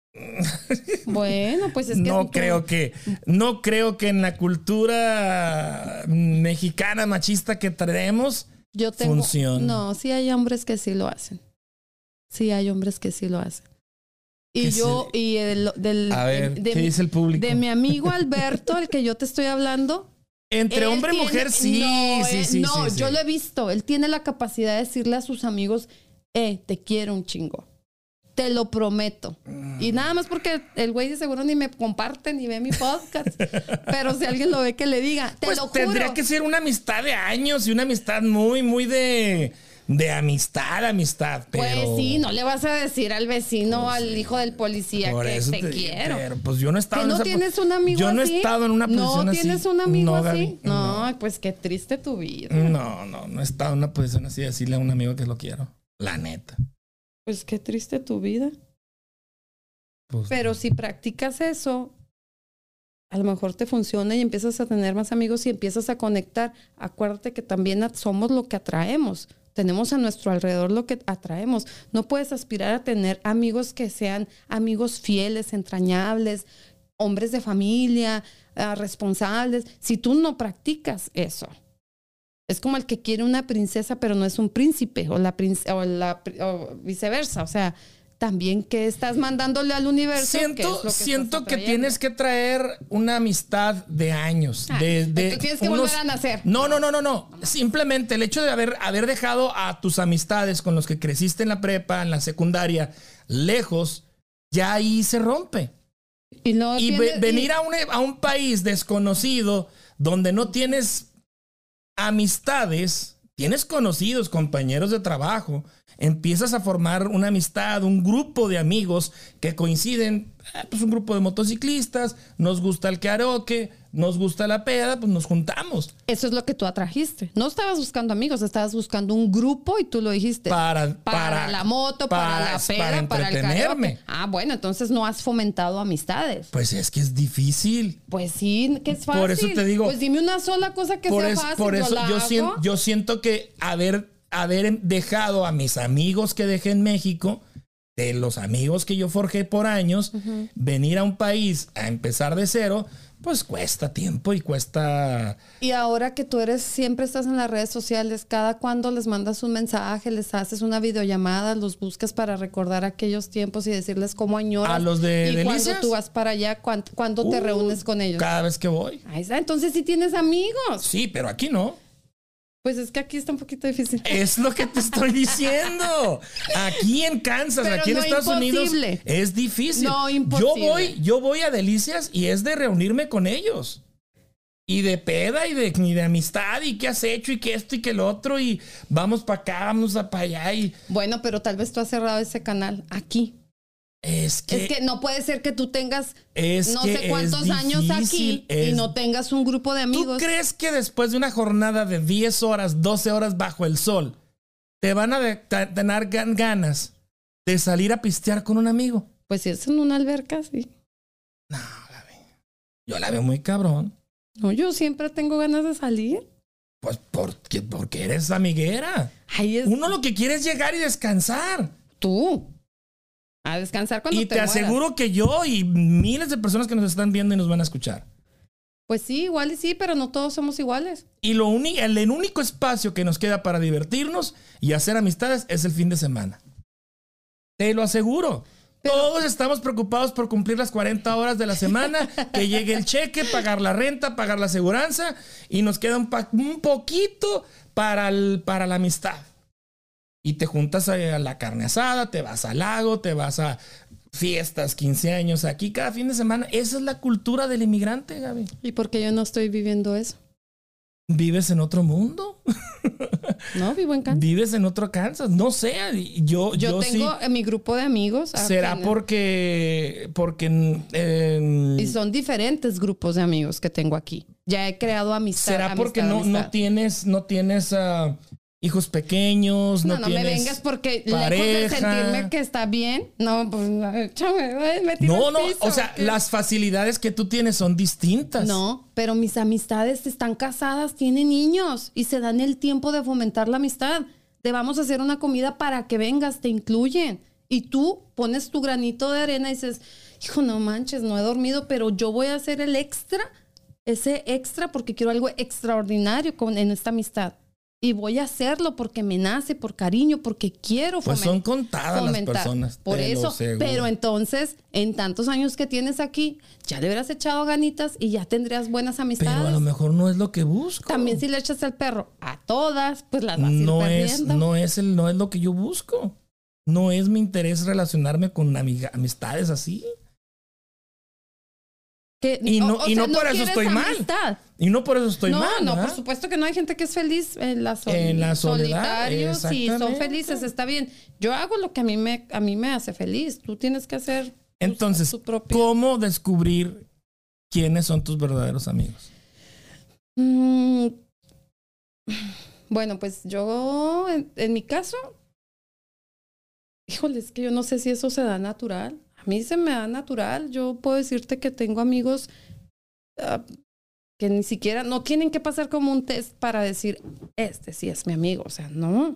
Bueno, pues es que no creo que en la cultura mexicana machista que traemos funcione. No, sí hay hombres que sí lo hacen. Sí hay hombres que sí lo hacen. Y yo, a ver, ¿qué dice el público? De mi amigo Alberto, el que yo te estoy hablando. Entre hombre y mujer, sí. No, yo lo he visto. Él tiene la capacidad de decirle a sus amigos, te quiero un chingo. Te lo prometo. Y nada más porque el güey de seguro ni me comparte ni ve mi podcast. Pero si alguien lo ve, que le diga, te lo juro. Tendría que ser una amistad de años y una amistad muy, muy de amistad. Pero, pues sí, no le vas a decir al vecino, al hijo del policía que te quiero. Pero pues yo no he estado en esa posición. ¿No tienes un amigo así? Yo no he estado en una posición así. ¿No tienes un amigo así? Gaby, no, pues qué triste tu vida. No he estado en una posición así de decirle a un amigo que lo quiero. La neta. Pues qué triste tu vida. Pues, pero si practicas eso, a lo mejor te funciona y empiezas a tener más amigos y empiezas a conectar. Acuérdate que también somos lo que atraemos. Tenemos a nuestro alrededor lo que atraemos. No puedes aspirar a tener amigos que sean amigos fieles, entrañables, hombres de familia, responsables, si tú no practicas eso. Es como el que quiere una princesa, pero no es un príncipe, o viceversa. O sea, también que estás mandándole al universo. Siento que tienes que traer una amistad de años. Tú tienes que volver a nacer. No. Simplemente el hecho de haber dejado a tus amistades con los que creciste en la prepa, en la secundaria, lejos, ya ahí se rompe. Venir a un país desconocido donde no tienes amistades, tienes conocidos, compañeros de trabajo, empiezas a formar una amistad, un grupo de amigos que coinciden, pues un grupo de motociclistas, nos gusta el karaoke, nos gusta la peda, pues nos juntamos. Eso es lo que tú atrajiste. No estabas buscando amigos, estabas buscando un grupo y tú lo dijiste. Para la moto, para la peda, para el karaoke. Bueno, entonces no has fomentado amistades. Pues es que es difícil. Pues sí, que es fácil. Por eso te digo. Pues dime una sola cosa que sea fácil. Por eso yo siento que haber dejado a mis amigos que dejé en México, de los amigos que yo forjé por años, venir a un país a empezar de cero, pues cuesta tiempo y cuesta... Y ahora que tú siempre estás en las redes sociales, cada cuando les mandas un mensaje, les haces una videollamada, los buscas para recordar aquellos tiempos y decirles cómo añoras. ¿A los de y Delicias? cuando tú vas para allá, ¿cuándo te reúnes con ellos? Cada vez que voy. Ahí está, entonces sí tienes amigos. Sí, pero aquí no. Pues es que aquí está un poquito difícil. Es lo que te estoy diciendo. Aquí en Kansas, Pero aquí en no Estados imposible. Unidos, es difícil. No, imposible. Yo voy a Delicias y es de reunirme con ellos. Y de peda y de amistad y qué has hecho y que esto y que lo otro y vamos para acá, vamos para allá y... Bueno, pero tal vez tú has cerrado ese canal aquí. Es que no puede ser que tú tengas no sé cuántos años aquí y no tengas un grupo de amigos. ¿Tú crees que después de una jornada de 10 horas, 12 horas bajo el sol, te van a tener ganas de salir a pistear con un amigo? Pues si es en una alberca, sí. No, Gaby. Yo la veo muy cabrón. No, yo siempre tengo ganas de salir. Pues porque eres amiguera. Uno lo que quiere es llegar y descansar. Tú. A descansar cuando te mueras. Aseguro que yo y miles de personas que nos están viendo y nos van a escuchar. Pues sí, igual y sí, pero no todos somos iguales. Y el único espacio que nos queda para divertirnos y hacer amistades es el fin de semana. Te lo aseguro. Pero todos estamos preocupados por cumplir las 40 horas de la semana, que llegue el cheque, pagar la renta, pagar la aseguranza y nos queda un poquito para la amistad. Y te juntas a la carne asada, te vas al lago, te vas a fiestas, 15 años aquí cada fin de semana. Esa es la cultura del inmigrante, Gaby. ¿Y por qué yo no estoy viviendo eso? ¿Vives en otro mundo? No, vivo en Kansas. ¿Vives en otro Kansas? No sé. Yo tengo sí. En mi grupo de amigos. ¿Será porque y son diferentes grupos de amigos que tengo aquí. Ya he creado amistad. ¿Será porque no tienes hijos pequeños? No me vengas porque pareja. Lejos de sentirme que está bien. No, pues o sea, las facilidades que tú tienes son distintas. No, pero mis amistades están casadas, tienen niños y se dan el tiempo de fomentar la amistad. Te vamos a hacer una comida para que vengas, te incluyen. Y tú pones tu granito de arena y dices, hijo, no manches, no he dormido, pero yo voy a hacer ese extra porque quiero algo extraordinario en esta amistad. Y voy a hacerlo porque me nace, por cariño, porque quiero fomentar. Pues son contadas las personas. Por eso, pero entonces, en tantos años que tienes aquí, ya le hubieras echado ganitas y ya tendrías buenas amistades. Pero a lo mejor no es lo que busco. También si le echas al perro a todas, pues las vas a ir perdiendo. No es lo que yo busco. No es mi interés relacionarme con amistades así. Y no por eso estoy mal. Y no por eso estoy mal. No, por supuesto que no. Hay gente que es feliz en la soledad. Solitarios y son felices, está bien. Yo hago lo que a mí me hace feliz. Tú tienes que hacer entonces, ¿cómo descubrir quiénes son tus verdaderos amigos? Bueno, pues yo, en mi caso, híjole, es que yo no sé si eso se da natural. A mí se me da natural. Yo puedo decirte que tengo amigos que ni siquiera, no tienen que pasar como un test para decir, este sí es mi amigo. O sea, no.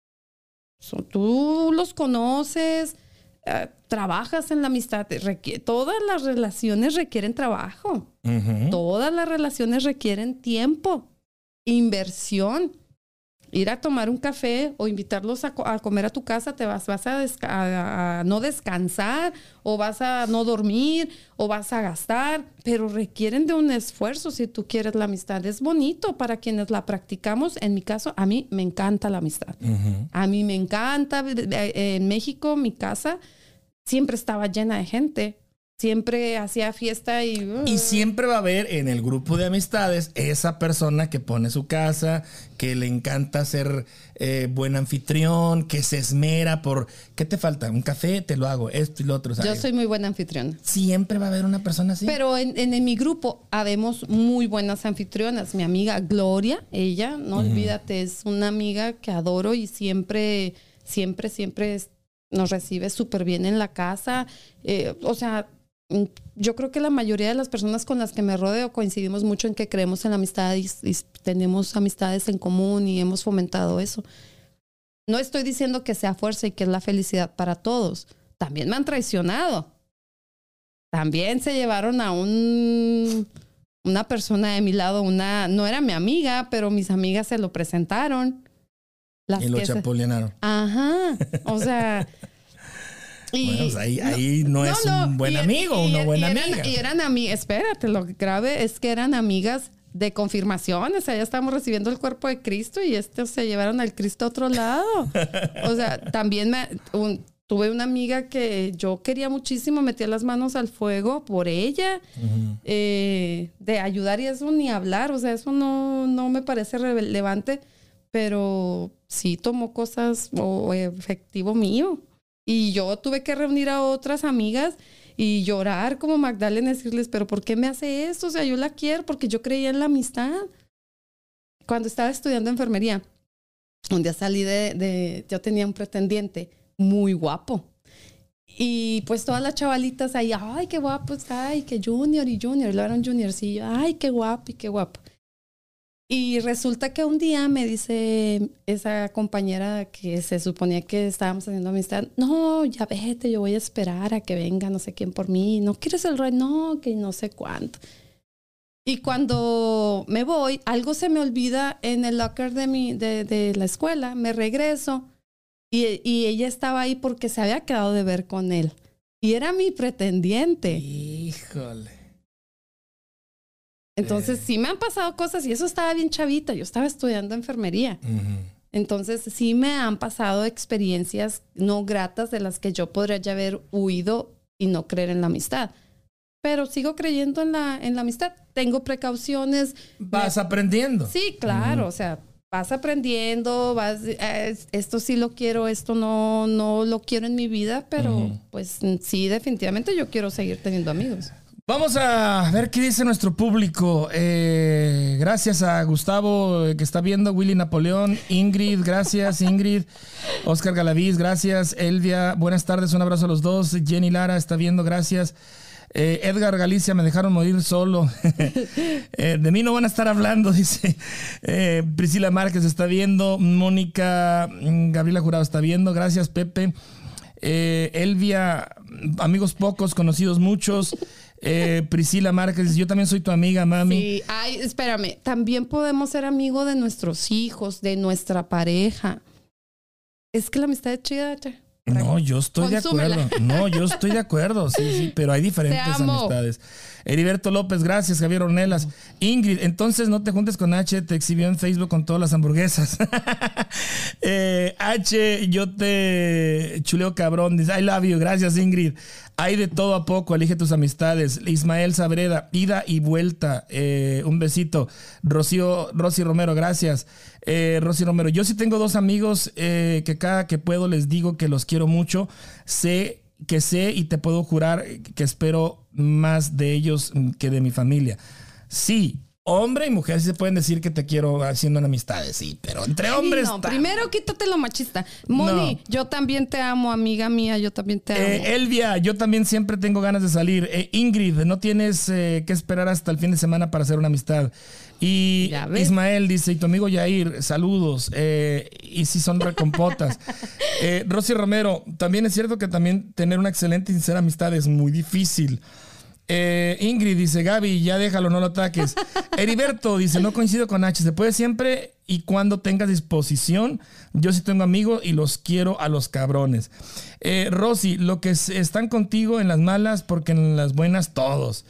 Tú los conoces, trabajas en la amistad. Todas las relaciones requieren trabajo. Uh-huh. Todas las relaciones requieren tiempo, inversión. Ir a tomar un café o invitarlos a comer a tu casa, te vas a no descansar o vas a no dormir o vas a gastar, pero requieren de un esfuerzo si tú quieres la amistad. Es bonito para quienes la practicamos. En mi caso, a mí me encanta la amistad. Uh-huh. A mí me encanta. En México, mi casa siempre estaba llena de gente. Siempre hacía fiesta y siempre va a haber en el grupo de amistades esa persona que pone su casa, que le encanta ser buen anfitrión, que se esmera por... ¿Qué te falta? ¿Un café? Te lo hago. Esto y lo otro. Yo soy muy buena anfitriona. Siempre va a haber una persona así. Pero en mi grupo habemos muy buenas anfitrionas. Mi amiga Gloria, ella, no olvídate, es una amiga que adoro y siempre nos recibe súper bien en la casa. O sea... Yo creo que la mayoría de las personas con las que me rodeo coincidimos mucho en que creemos en la amistad y tenemos amistades en común y hemos fomentado eso. No estoy diciendo que sea fuerza y que es la felicidad para todos. También me han traicionado. También se llevaron a un una persona de mi lado, no era mi amiga, pero mis amigas se lo presentaron. Y lo chapulinearon. Ajá, o sea... Bueno, pues ahí no es un buen amigo, una buena amiga. Y eran amigas, espérate, lo grave es que eran amigas de confirmación, o sea, ya estábamos recibiendo el cuerpo de Cristo y se llevaron al Cristo a otro lado. O sea, también tuve una amiga que yo quería muchísimo, metía las manos al fuego por ella, de ayudar y eso ni hablar, o sea, eso no me parece relevante, pero sí tomó cosas o efectivo mío. Y yo tuve que reunir a otras amigas y llorar como Magdalena, decirles, pero ¿por qué me hace esto? O sea, yo la quiero porque yo creía en la amistad. Cuando estaba estudiando enfermería, un día salí yo tenía un pretendiente muy guapo. Y pues todas las chavalitas ahí, ay, qué guapo, ay, que junior, y lo era un juniorcillo, ay, qué guapo y qué guapo. Y resulta que un día me dice esa compañera que se suponía que estábamos haciendo amistad, no, ya vete, yo voy a esperar a que venga no sé quién por mí, no quieres el rey, no, que no sé cuánto. Y cuando me voy, algo se me olvida en el locker de la escuela, me regreso y ella estaba ahí porque se había quedado de ver con él. Y era mi pretendiente. Híjole. Entonces sí me han pasado cosas y eso estaba bien chavita. Yo estaba estudiando enfermería. Entonces sí me han pasado experiencias no gratas de las que yo podría ya haber huido y no creer en la amistad. Pero sigo creyendo en la amistad. Tengo precauciones. Vas aprendiendo. Sí, claro. O sea, vas aprendiendo, esto sí lo quiero, esto no lo quiero en mi vida, pero pues sí, definitivamente yo quiero seguir teniendo amigos. Vamos a ver qué dice nuestro público. Gracias a Gustavo que está viendo, Willy Napoleón, Ingrid, gracias Ingrid, Oscar Galaviz, gracias, Elvia, buenas tardes, un abrazo a los dos, Jenny Lara está viendo, gracias. Edgar Galicia, me dejaron morir solo. De mí no van a estar hablando, dice. Priscila Márquez está viendo, Mónica Gabriela Jurado está viendo, gracias Pepe. Elvia, amigos pocos, conocidos muchos. Priscila Márquez, yo también soy tu amiga, mami. Sí, ay, espérame, también podemos ser amigos de nuestros hijos, de nuestra pareja. Es que la amistad es chida, che. No, yo estoy Consúmela. de acuerdo. No, yo estoy de acuerdo. Sí, pero hay diferentes amistades. Heriberto López, gracias. Javier Ornelas. Ingrid, entonces no te juntes con H, te exhibió en Facebook con todas las hamburguesas. H, yo te chuleo cabrón. Dice, I love you. Gracias, Ingrid. Hay de todo a poco, elige tus amistades. Ismael Sabreda, ida y vuelta. Un besito. Rosy Romero, gracias. Rosy Romero, yo sí tengo dos amigos que cada que puedo les digo que los quiero mucho. Sé y te puedo jurar que espero más de ellos que de mi familia. Sí, hombre y mujer sí se pueden decir que te quiero haciendo amistades, sí, pero entre hombres... No, primero quítate lo machista. Moni, no. Yo también te amo, amiga mía, yo también te amo. Elvia, yo también siempre tengo ganas de salir. Ingrid, no tienes que esperar hasta el fin de semana para hacer una amistad. Y Ismael dice, y tu amigo Yair, saludos. Y si son recompotas. Rosy Romero, también es cierto que también tener una excelente y sincera amistad es muy difícil. Ingrid dice, Gaby, ya déjalo, no lo ataques. Heriberto dice, no coincido con H, se puede siempre y cuando tengas disposición. Yo sí tengo amigos y los quiero a los cabrones. Rosy, lo que están contigo en las malas, porque en las buenas todos.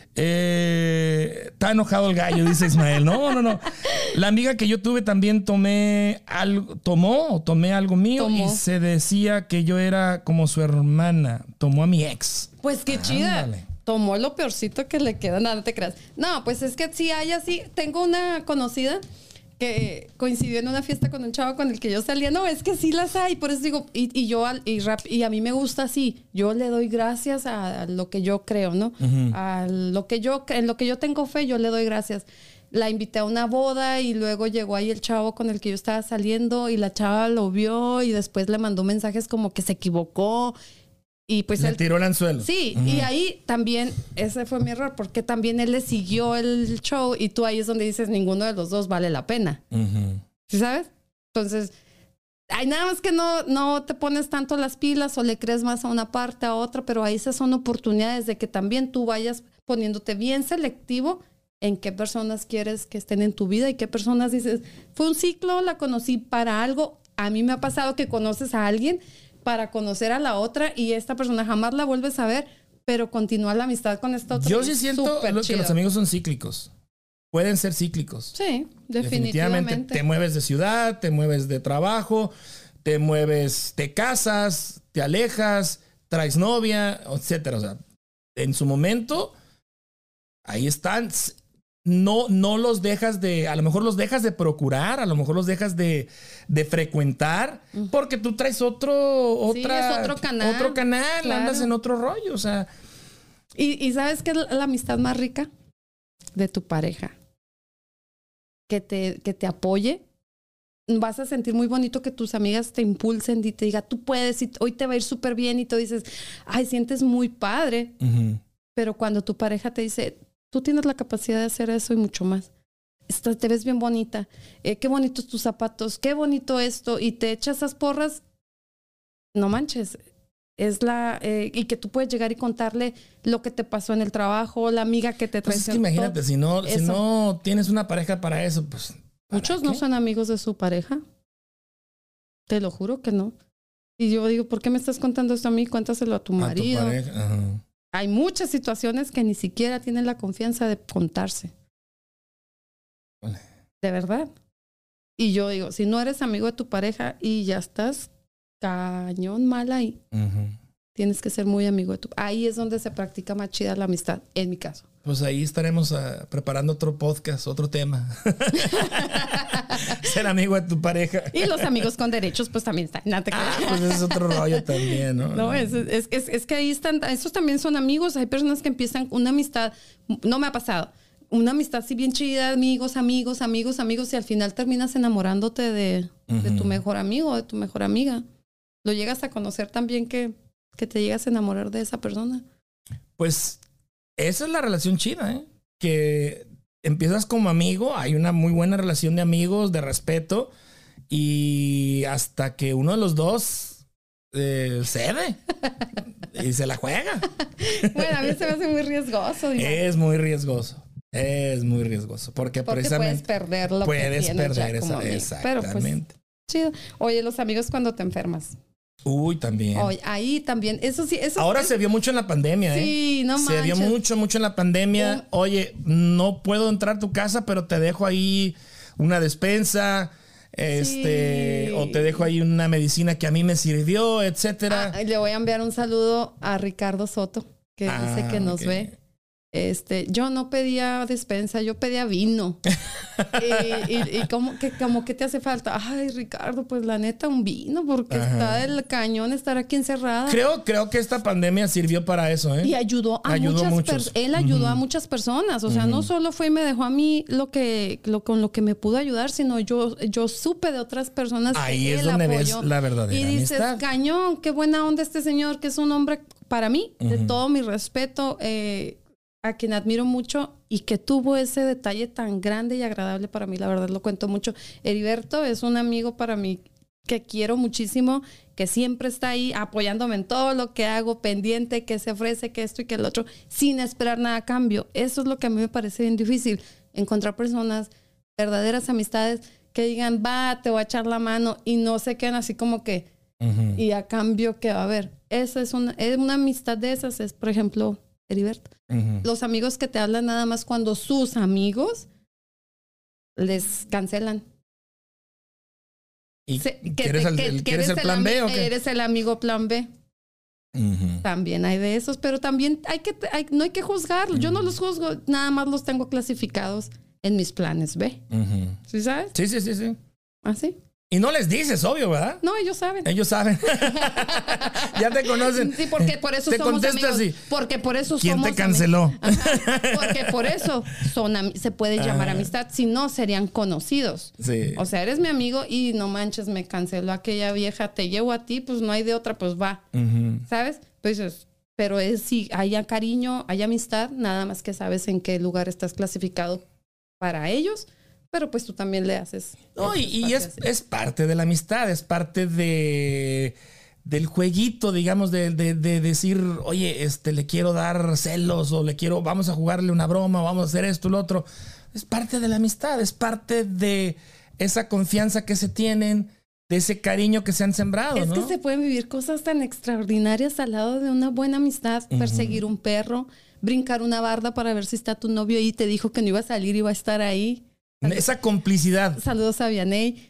Está enojado el gallo, dice Ismael. No. La amiga que yo tuve también tomé algo mío y se decía que yo era como su hermana. Tomó a mi ex. Pues qué chida. Ándale. Tomó lo peorcito que le queda, nada, no te creas. No, pues es que sí hay así. Tengo una conocida que coincidió en una fiesta con un chavo con el que yo salía. No, es que sí las hay. Por eso digo, y a mí me gusta así. Yo le doy gracias a lo que yo creo, ¿no? En lo que yo tengo fe, yo le doy gracias. La invité a una boda y luego llegó ahí el chavo con el que yo estaba saliendo y la chava lo vio y después le mandó mensajes como que se equivocó. Y pues le tiró el anzuelo. Sí, y ahí también, ese fue mi error, porque también él le siguió el show y tú ahí es donde dices, ninguno de los dos vale la pena. ¿Sí sabes? Entonces, hay nada más que no te pones tanto las pilas o le crees más a una parte, a otra, pero ahí esas son oportunidades de que también tú vayas poniéndote bien selectivo en qué personas quieres que estén en tu vida y qué personas dices, fue un ciclo, la conocí para algo. A mí me ha pasado que conoces a alguien para conocer a la otra y esta persona jamás la vuelves a ver, pero continúa la amistad con esta otra. Yo sí siento que los amigos son cíclicos. Pueden ser cíclicos. Sí, definitivamente. Te mueves de ciudad, te mueves de trabajo, te mueves, te casas, te alejas, traes novia, etcétera. O sea, en su momento, ahí están. No los dejas de, a lo mejor los dejas de procurar, a lo mejor los dejas de frecuentar, porque tú traes otro canal. Otro canal, claro. Andas en otro rollo, o sea. Y ¿sabes qué es la amistad más rica? De tu pareja. Que te apoye. Vas a sentir muy bonito que tus amigas te impulsen y te digan, tú puedes, y hoy te va a ir súper bien, y tú dices, ay, sientes muy padre. Uh-huh. Pero cuando tu pareja te dice, tú tienes la capacidad de hacer eso y mucho más. Te ves bien bonita. Qué bonitos tus zapatos. Qué bonito esto. Y te echas esas porras. No manches. Y que tú puedes llegar y contarle lo que te pasó en el trabajo, la amiga que te traicionó. Pues es que imagínate, si no tienes una pareja para eso, pues. Muchos no son amigos de su pareja. Te lo juro que no. Y yo digo, ¿por qué me estás contando esto a mí? Cuéntaselo a tu marido. A tu pareja. Ajá. Hay muchas situaciones que ni siquiera tienen la confianza de contarse. Vale. De verdad. Y yo digo, si no eres amigo de tu pareja y ya estás cañón mal ahí, uh-huh, tienes que ser muy amigo de tu... Ahí es donde se practica más chida la amistad, en mi caso. Pues ahí estaremos preparando otro podcast, otro tema. Ser amigo de tu pareja. Y los amigos con derechos, pues también están. No te pues es otro rollo también, ¿no? No, es que ahí están, esos también son amigos. Hay personas que empiezan una amistad, no me ha pasado, una amistad así bien chida, amigos, y al final terminas enamorándote de tu mejor amigo o de tu mejor amiga. Lo llegas a conocer también que te llegas a enamorar de esa persona. Pues esa es la relación chida, ¿eh? Que empiezas como amigo, hay una muy buena relación de amigos, de respeto, y hasta que uno de los dos cede y se la juega. Bueno, a mí se me hace muy riesgoso. Es muy riesgoso. Es muy riesgoso. Porque precisamente puedes perder lo que tienes exactamente. Pero pues, chido. Oye, los amigos cuando te enfermas. Uy, también. Oye, ahí también. Eso sí. Ahora se vio mucho en la pandemia, Sí, no manches. Se vio mucho en la pandemia. Oye, no puedo entrar a tu casa, pero te dejo ahí una despensa. Sí. O te dejo ahí una medicina que a mí me sirvió, etcétera. Le voy a enviar un saludo a Ricardo Soto, que dice que nos ve. Yo no pedía despensa, yo pedía vino. y como que te hace falta. Ay, Ricardo, pues la neta, un vino, porque está del cañón estar aquí encerrada. Creo que esta pandemia sirvió para eso, ¿eh? Y ayudó a muchas. Él ayudó a muchas personas. O sea, no solo fue y me dejó a mí con lo que me pudo ayudar, sino yo supe de otras personas. Ahí es donde ves la verdadera amistad. Y dices, cañón, qué buena onda este señor, que es un hombre para mí, de todo mi respeto, a quien admiro mucho y que tuvo ese detalle tan grande y agradable para mí, la verdad lo cuento mucho. Heriberto es un amigo para mí que quiero muchísimo, que siempre está ahí apoyándome en todo lo que hago, pendiente, que se ofrece, que esto y que el otro, sin esperar nada a cambio. Eso es lo que a mí me parece bien difícil, encontrar personas, verdaderas amistades, que digan, te voy a echar la mano, y no se queden así como que, y a cambio, ¿qué va a haber? Esa es una amistad de esas, es por ejemplo... Heriberto. Los amigos que te hablan nada más cuando sus amigos les cancelan. ¿Y quieres el plan B o qué? Eres el amigo plan B. También hay de esos, pero también no hay que juzgarlos. Yo no los juzgo, nada más los tengo clasificados en mis planes B. ¿Sí sabes? Sí. ¿Ah, sí? Y no les dices, obvio, ¿verdad? No, ellos saben. Ellos saben. Ya te conocen. Sí, porque por eso te somos contestas amigos. Así. Porque por eso ¿Quién somos te canceló? Porque por eso se puede llamar amistad. Si no, serían conocidos. Sí. O sea, eres mi amigo y no manches, me canceló aquella vieja, te llevo a ti, pues no hay de otra, pues va. ¿Sabes? Pues pero si haya cariño, hay amistad, nada más que sabes en qué lugar estás clasificado para ellos. Pero pues tú también le haces. No, y es parte de la amistad, es parte de del jueguito, digamos, de decir, oye, le quiero dar celos o vamos a jugarle una broma, vamos a hacer esto, lo otro. Es parte de la amistad, es parte de esa confianza que se tienen, de ese cariño que se han sembrado, Es ¿no? que se pueden vivir cosas tan extraordinarias al lado de una buena amistad. Perseguir un perro, brincar una barda para ver si está tu novio ahí, te dijo que no iba a salir y iba a estar ahí. Esa complicidad. Saludos a Vianey.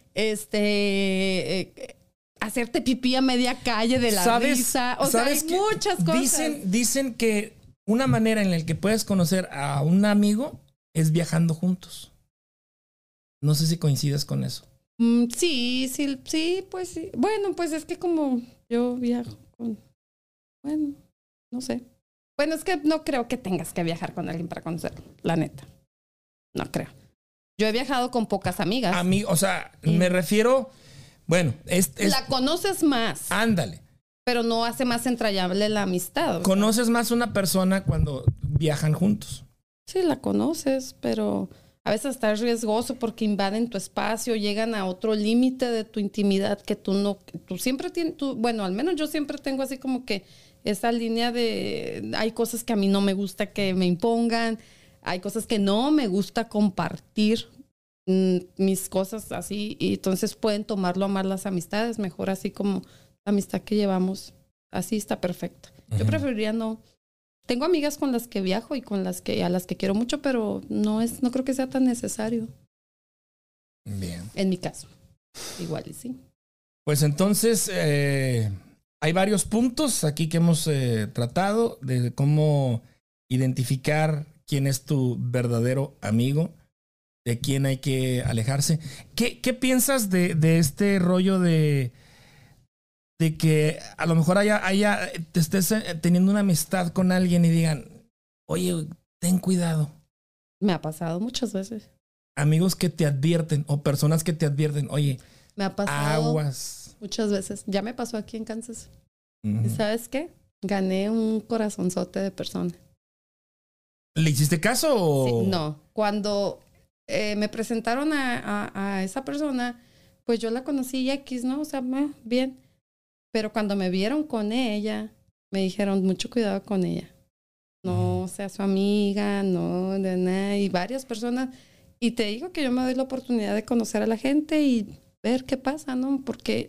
Hacerte pipí a media calle de la risa. O sea, hay muchas cosas. Dicen que una manera en la que puedes conocer a un amigo es viajando juntos. No sé si coincides con eso. Sí, pues sí. Bueno, pues es que como yo viajo bueno, no sé. Bueno, es que no creo que tengas que viajar con alguien para conocerlo, la neta. No creo. Yo he viajado con pocas amigas. O sea, me refiero... Bueno, la conoces más. Ándale. Pero no hace más entrañable la amistad. Conoces más a una persona cuando viajan juntos. Sí, la conoces, pero a veces está riesgoso porque invaden tu espacio, llegan a otro límite de tu intimidad que tú siempre tienes, bueno, al menos yo siempre tengo así como que esa línea de, hay cosas que a mí no me gusta que me impongan, hay cosas que no me gusta compartir mis cosas así, y entonces pueden tomarlo a mal las amistades, mejor así como la amistad que llevamos, así está perfecta. Yo preferiría no. Tengo amigas con las que viajo y a las que quiero mucho, pero no creo que sea tan necesario. Bien. En mi caso. Igual y sí. Pues entonces, hay varios puntos aquí que hemos tratado de cómo identificar quién es tu verdadero amigo, de quién hay que alejarse. ¿Qué piensas de este rollo de que a lo mejor te estés teniendo una amistad con alguien y digan, oye, ten cuidado? Me ha pasado muchas veces. Amigos que te advierten o personas que te advierten, oye, me ha pasado aguas. Muchas veces. Ya me pasó aquí en Kansas. ¿Y sabes qué? Gané un corazonzote de persona. ¿Le hiciste caso o...? Sí, no. Cuando me presentaron a esa persona, pues yo la conocí X, ¿no? O sea, bien. Pero cuando me vieron con ella, me dijeron, mucho cuidado con ella. No sea su amiga, no, de nada. Y varias personas. Y te digo que yo me doy la oportunidad de conocer a la gente y ver qué pasa, ¿no? Porque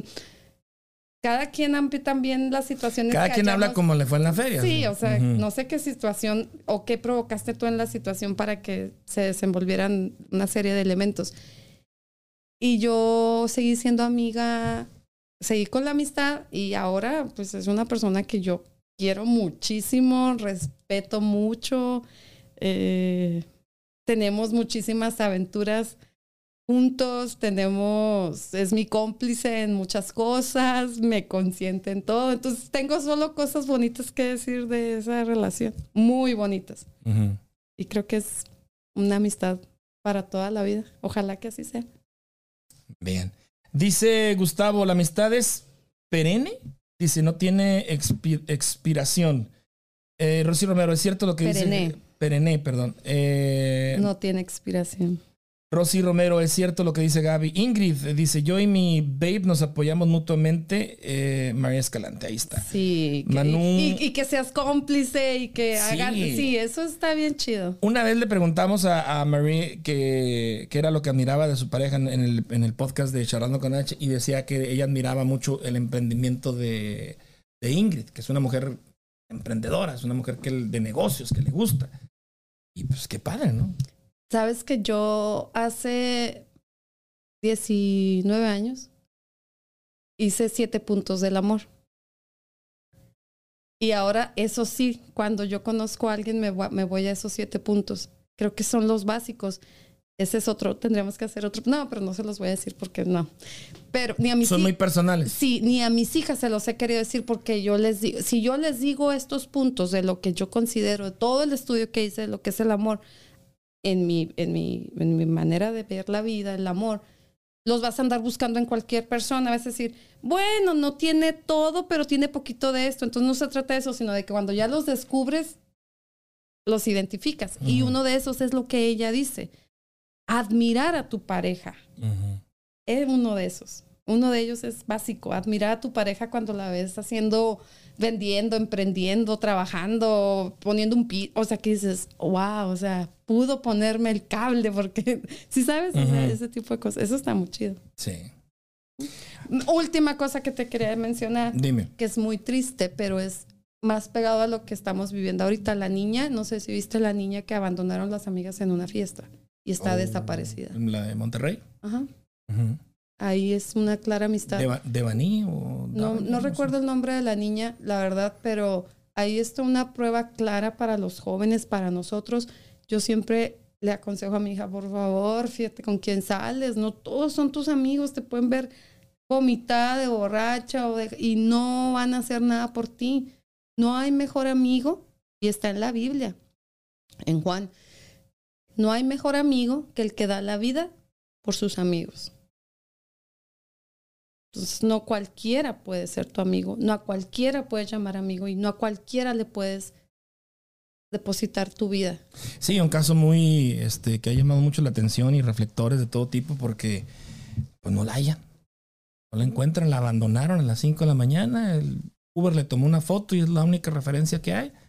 cada quien también las situaciones. Cada quien habla como le fue en la feria. Sí, o sea, no sé qué situación o qué provocaste tú en la situación para que se desenvolvieran una serie de elementos. Y yo seguí siendo amiga, seguí con la amistad y ahora pues es una persona que yo quiero muchísimo, respeto mucho, tenemos muchísimas aventuras juntos, es mi cómplice en muchas cosas, me consiente en todo, entonces tengo solo cosas bonitas que decir de esa relación, muy bonitas. Y creo que es una amistad para toda la vida, ojalá que así sea. Bien. Dice Gustavo, ¿la amistad es perenne? Dice, no tiene expiración. Rosy Romero, ¿es cierto lo que dice? Perenne, perdón. No tiene expiración. Rosy Romero, ¿es cierto lo que dice Gaby? Ingrid dice, yo y mi babe nos apoyamos mutuamente. María Escalante, ahí está. Sí. Manu... Y que seas cómplice y que hagan... Sí, eso está bien chido. Una vez le preguntamos a Marie que era lo que admiraba de su pareja en el podcast de Charlando con H, y decía que ella admiraba mucho el emprendimiento de Ingrid, que es una mujer emprendedora, es una mujer de negocios, que le gusta. Y pues qué padre, ¿no? Sabes que yo hace 19 años hice 7 puntos del amor. Y ahora, eso sí, cuando yo conozco a alguien me voy a esos 7 puntos. Creo que son los básicos. Ese es otro, tendríamos que hacer otro. No, pero no se los voy a decir porque no. Pero ni a mis son muy personales. Sí, ni a mis hijas se los he querido decir porque yo les digo, si yo les digo estos puntos de lo que yo considero, de todo el estudio que hice de lo que es el amor, en mi manera de ver la vida, el amor, los vas a andar buscando en cualquier persona. Vas a decir, bueno, no tiene todo, pero tiene poquito de esto. Entonces no se trata de eso, sino de que cuando ya los descubres, los identificas. Y uno de esos es lo que ella dice. Admirar a tu pareja. Es uno de esos. uno de ellos es básico. Admirar a tu pareja cuando la ves vendiendo, emprendiendo, trabajando, poniendo o sea, que dices, wow, o sea, pudo ponerme el cable porque, ¿sí sabes? O sea, ese tipo de cosas. Eso está muy chido. Sí. Última cosa que te quería mencionar. Dime. Que es muy triste, pero es más pegado a lo que estamos viviendo ahorita. La niña, no sé si viste la niña que abandonaron las amigas en una fiesta y está desaparecida. ¿La de Monterrey? Ajá. Ahí es una clara amistad. ¿Devani o...? No recuerdo el nombre de la niña, la verdad, pero ahí está una prueba clara para los jóvenes, para nosotros. Yo siempre le aconsejo a mi hija, por favor, fíjate con quién sales. No todos son tus amigos, te pueden ver vomitada, de borracha, y no van a hacer nada por ti. No hay mejor amigo, y está en la Biblia, en Juan. No hay mejor amigo que el que da la vida por sus amigos. Entonces, no cualquiera puede ser tu amigo, no a cualquiera puedes llamar amigo y no a cualquiera le puedes depositar tu vida. Sí, un caso muy, que ha llamado mucho la atención y reflectores de todo tipo porque pues no la hallan. No la encuentran, la abandonaron a las 5 de la mañana, el Uber le tomó una foto y es la única referencia que hay.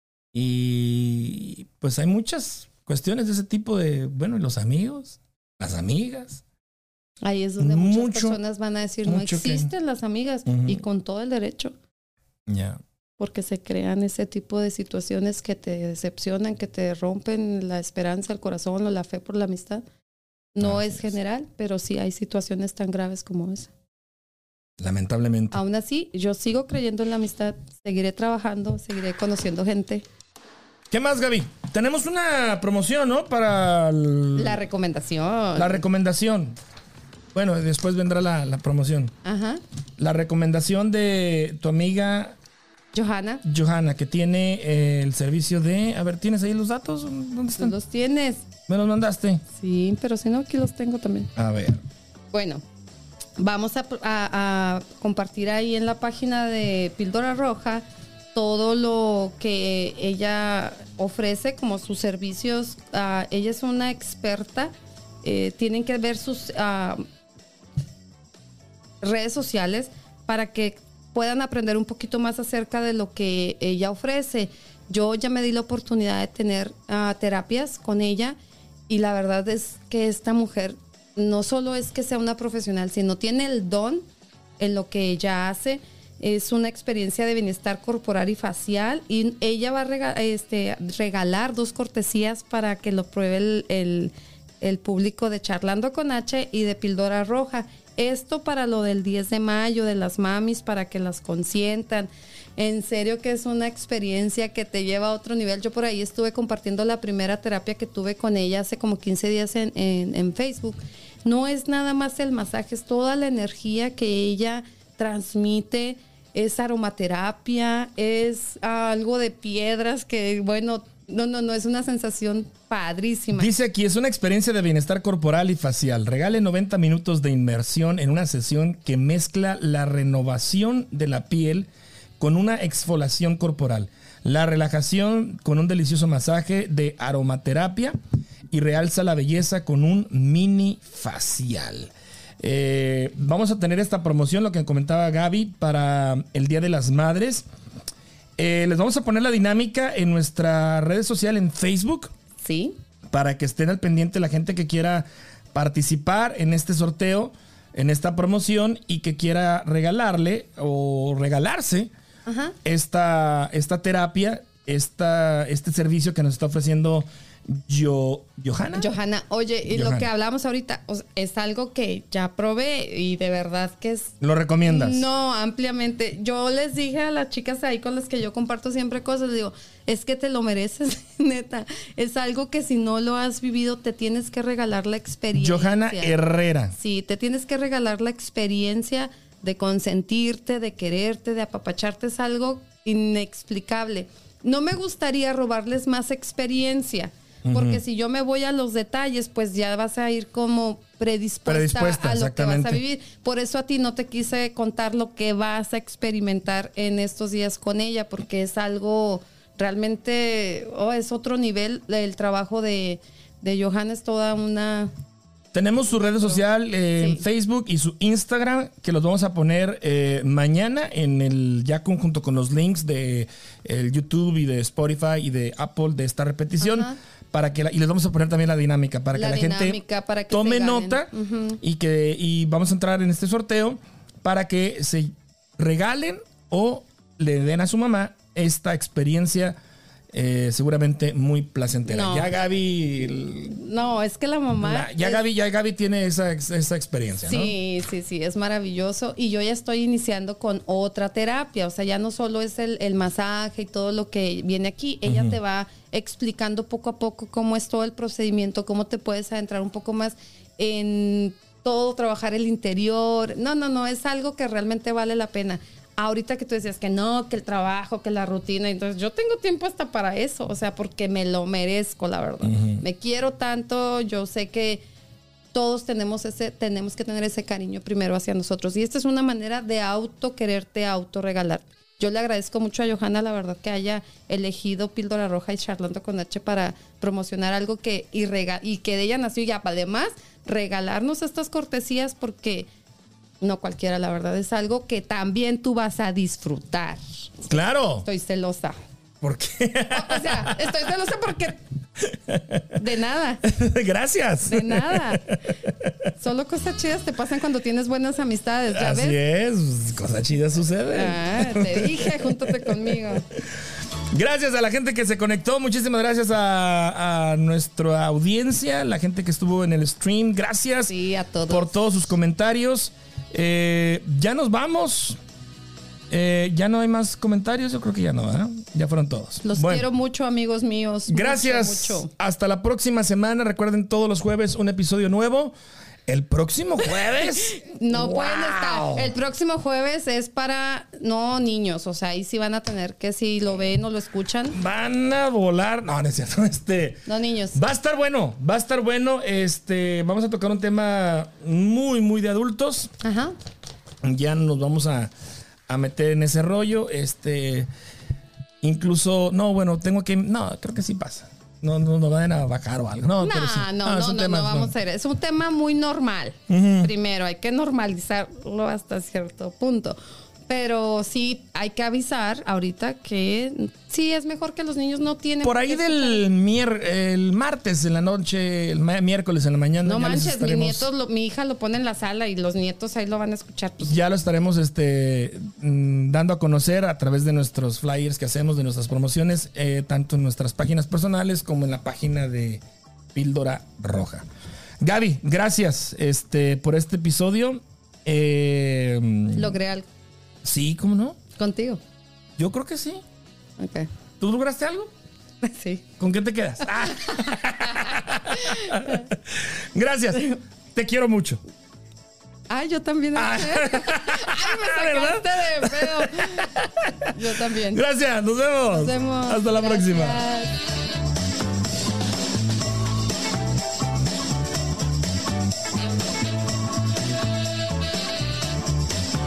Y pues hay muchas cuestiones de ese tipo de, bueno, y los amigos, las amigas. Ahí es donde muchas personas van a decir, no existen las amigas, y con todo el derecho. Ya. Porque se crean ese tipo de situaciones que te decepcionan, que te rompen la esperanza, el corazón o la fe por la amistad. No es general, pero sí hay situaciones tan graves como esa. Lamentablemente. Aún así, yo sigo creyendo en la amistad, seguiré trabajando, seguiré conociendo gente. ¿Qué más, Gaby? Tenemos una promoción, ¿no? Para la recomendación. La recomendación. Bueno, después vendrá la promoción. Ajá. La recomendación de tu amiga Johanna, que tiene el servicio de... A ver, ¿tienes ahí los datos? ¿Dónde están? ¿Los tienes? ¿Me los mandaste? Sí, pero si no, aquí los tengo también. A ver. Bueno, vamos a compartir ahí en la página de Píldora Roja todo lo que ella ofrece como sus servicios. Ella es una experta. Tienen que ver sus redes sociales para que puedan aprender un poquito más acerca de lo que ella ofrece. Yo ya me di la oportunidad de tener terapias con ella y la verdad es que esta mujer no solo es que sea una profesional, sino tiene el don en lo que ella hace. Es una experiencia de bienestar corporal y facial y ella va a regalar 2 cortesías para que lo pruebe el público de Charlando con H y de Píldora Roja. Esto para lo del 10 de mayo de las mamis, para que las consientan. En serio que es una experiencia que te lleva a otro nivel. Yo por ahí estuve compartiendo la primera terapia que tuve con ella hace como 15 días en Facebook. No es nada más el masaje, es toda la energía que ella transmite. Es aromaterapia, es algo de piedras que, bueno... No, es una sensación padrísima. Dice aquí, es una experiencia de bienestar corporal y facial. Regale 90 minutos de inmersión en una sesión que mezcla la renovación de la piel con una exfoliación corporal, la relajación con un delicioso masaje de aromaterapia y realza la belleza con un mini facial. Vamos a tener esta promoción, lo que comentaba Gaby, para el Día de las Madres. Les vamos a poner la dinámica en nuestra red social en Facebook. Sí. Para que estén al pendiente la gente que quiera participar en este sorteo, en esta promoción y que quiera regalarle o regalarse esta terapia, este servicio que nos está ofreciendo Johanna. Oye, y lo que hablamos ahorita es algo que ya probé y de verdad que es... ¿Lo recomiendas? No, ampliamente. Yo les dije a las chicas ahí con las que yo comparto siempre cosas, les digo, es que te lo mereces, neta. Es algo que si no lo has vivido, te tienes que regalar la experiencia. Johanna Herrera. Sí, te tienes que regalar la experiencia de consentirte, de quererte, de apapacharte. Es algo inexplicable. No me gustaría robarles más experiencia. Porque si yo me voy a los detalles, pues ya vas a ir como predispuesta a lo que vas a vivir. Por eso a ti no te quise contar lo que vas a experimentar en estos días con ella, porque es algo realmente, es otro nivel. El trabajo de Johanna es toda una Tenemos su red social en Facebook y su Instagram, que los vamos a poner mañana en el ya junto con los links de el YouTube y de Spotify y de Apple de esta repetición. Ajá. Y les vamos a poner también la dinámica para que la gente tome nota y vamos a entrar en este sorteo para que se regalen o le den a su mamá esta experiencia seguramente muy placentera. No. Ya Gaby... No, es que la mamá... Gaby tiene esa experiencia, ¿no? Sí, es maravilloso. Y yo ya estoy iniciando con otra terapia. O sea, ya no solo es el masaje y todo lo que viene aquí. Ella te va explicando poco a poco cómo es todo el procedimiento, cómo te puedes adentrar un poco más en todo, trabajar el interior. No, es algo que realmente vale la pena. Ahorita que tú decías que no, que el trabajo, que la rutina, entonces yo tengo tiempo hasta para eso, o sea, porque me lo merezco, la verdad. Me quiero tanto, yo sé que todos tenemos que tener ese cariño primero hacia nosotros. Y esta es una manera de quererte, autorregalar. Yo le agradezco mucho a Johanna, la verdad, que haya elegido Píldora Roja y Charlando con H para promocionar algo y que de ella nació y además regalarnos estas cortesías porque... No cualquiera, la verdad, es algo que también tú vas a disfrutar. ¡Claro! Estoy celosa. ¿Por qué? O sea, estoy celosa porque... De nada. Gracias. De nada. Solo cosas chidas te pasan cuando tienes buenas amistades, ¿ya ves? Así es, cosas chidas suceden. Te dije, júntate conmigo. Gracias a la gente que se conectó. Muchísimas gracias a nuestra audiencia, la gente que estuvo en el stream. Gracias a todos por todos sus comentarios. Ya nos vamos. Ya no hay más comentarios. Yo creo que ya no, ¿verdad? Ya fueron todos. Los quiero mucho, amigos míos. Gracias. Mucho. Hasta la próxima semana. Recuerden, todos los jueves un episodio nuevo. ¿El próximo jueves? No pueden estar. El próximo jueves es para niños. O sea, ahí sí van a tener que, si lo ven o lo escuchan, van a volar. No es cierto. No, niños. Va a estar bueno. Vamos a tocar un tema muy, muy de adultos. Ajá. Ya nos vamos a meter en ese rollo. Incluso, creo que sí pasa. No vayan a bajar o algo. No vamos a hacer. Es un tema muy normal. Primero, hay que normalizarlo hasta cierto punto. Pero sí hay que avisar ahorita que sí es mejor que los niños no tienen... Por ahí el martes en la noche, el miércoles en la mañana. No manches, mi hija lo pone en la sala y los nietos ahí lo van a escuchar. Ya lo estaremos dando a conocer a través de nuestros flyers que hacemos, de nuestras promociones, tanto en nuestras páginas personales como en la página de Píldora Roja. Gaby, gracias por este episodio. Logré algo. Sí, ¿cómo no? ¿Contigo? Yo creo que sí. Ok. ¿Tú lograste algo? Sí. ¿Con qué te quedas? Gracias. Te quiero mucho. Ay, yo también. Ay, me sacaste de pedo. Yo también. Gracias, nos vemos. Hasta la próxima.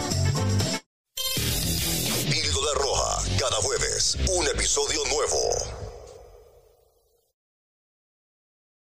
Píldora Roja, cada jueves, un episodio nuevo.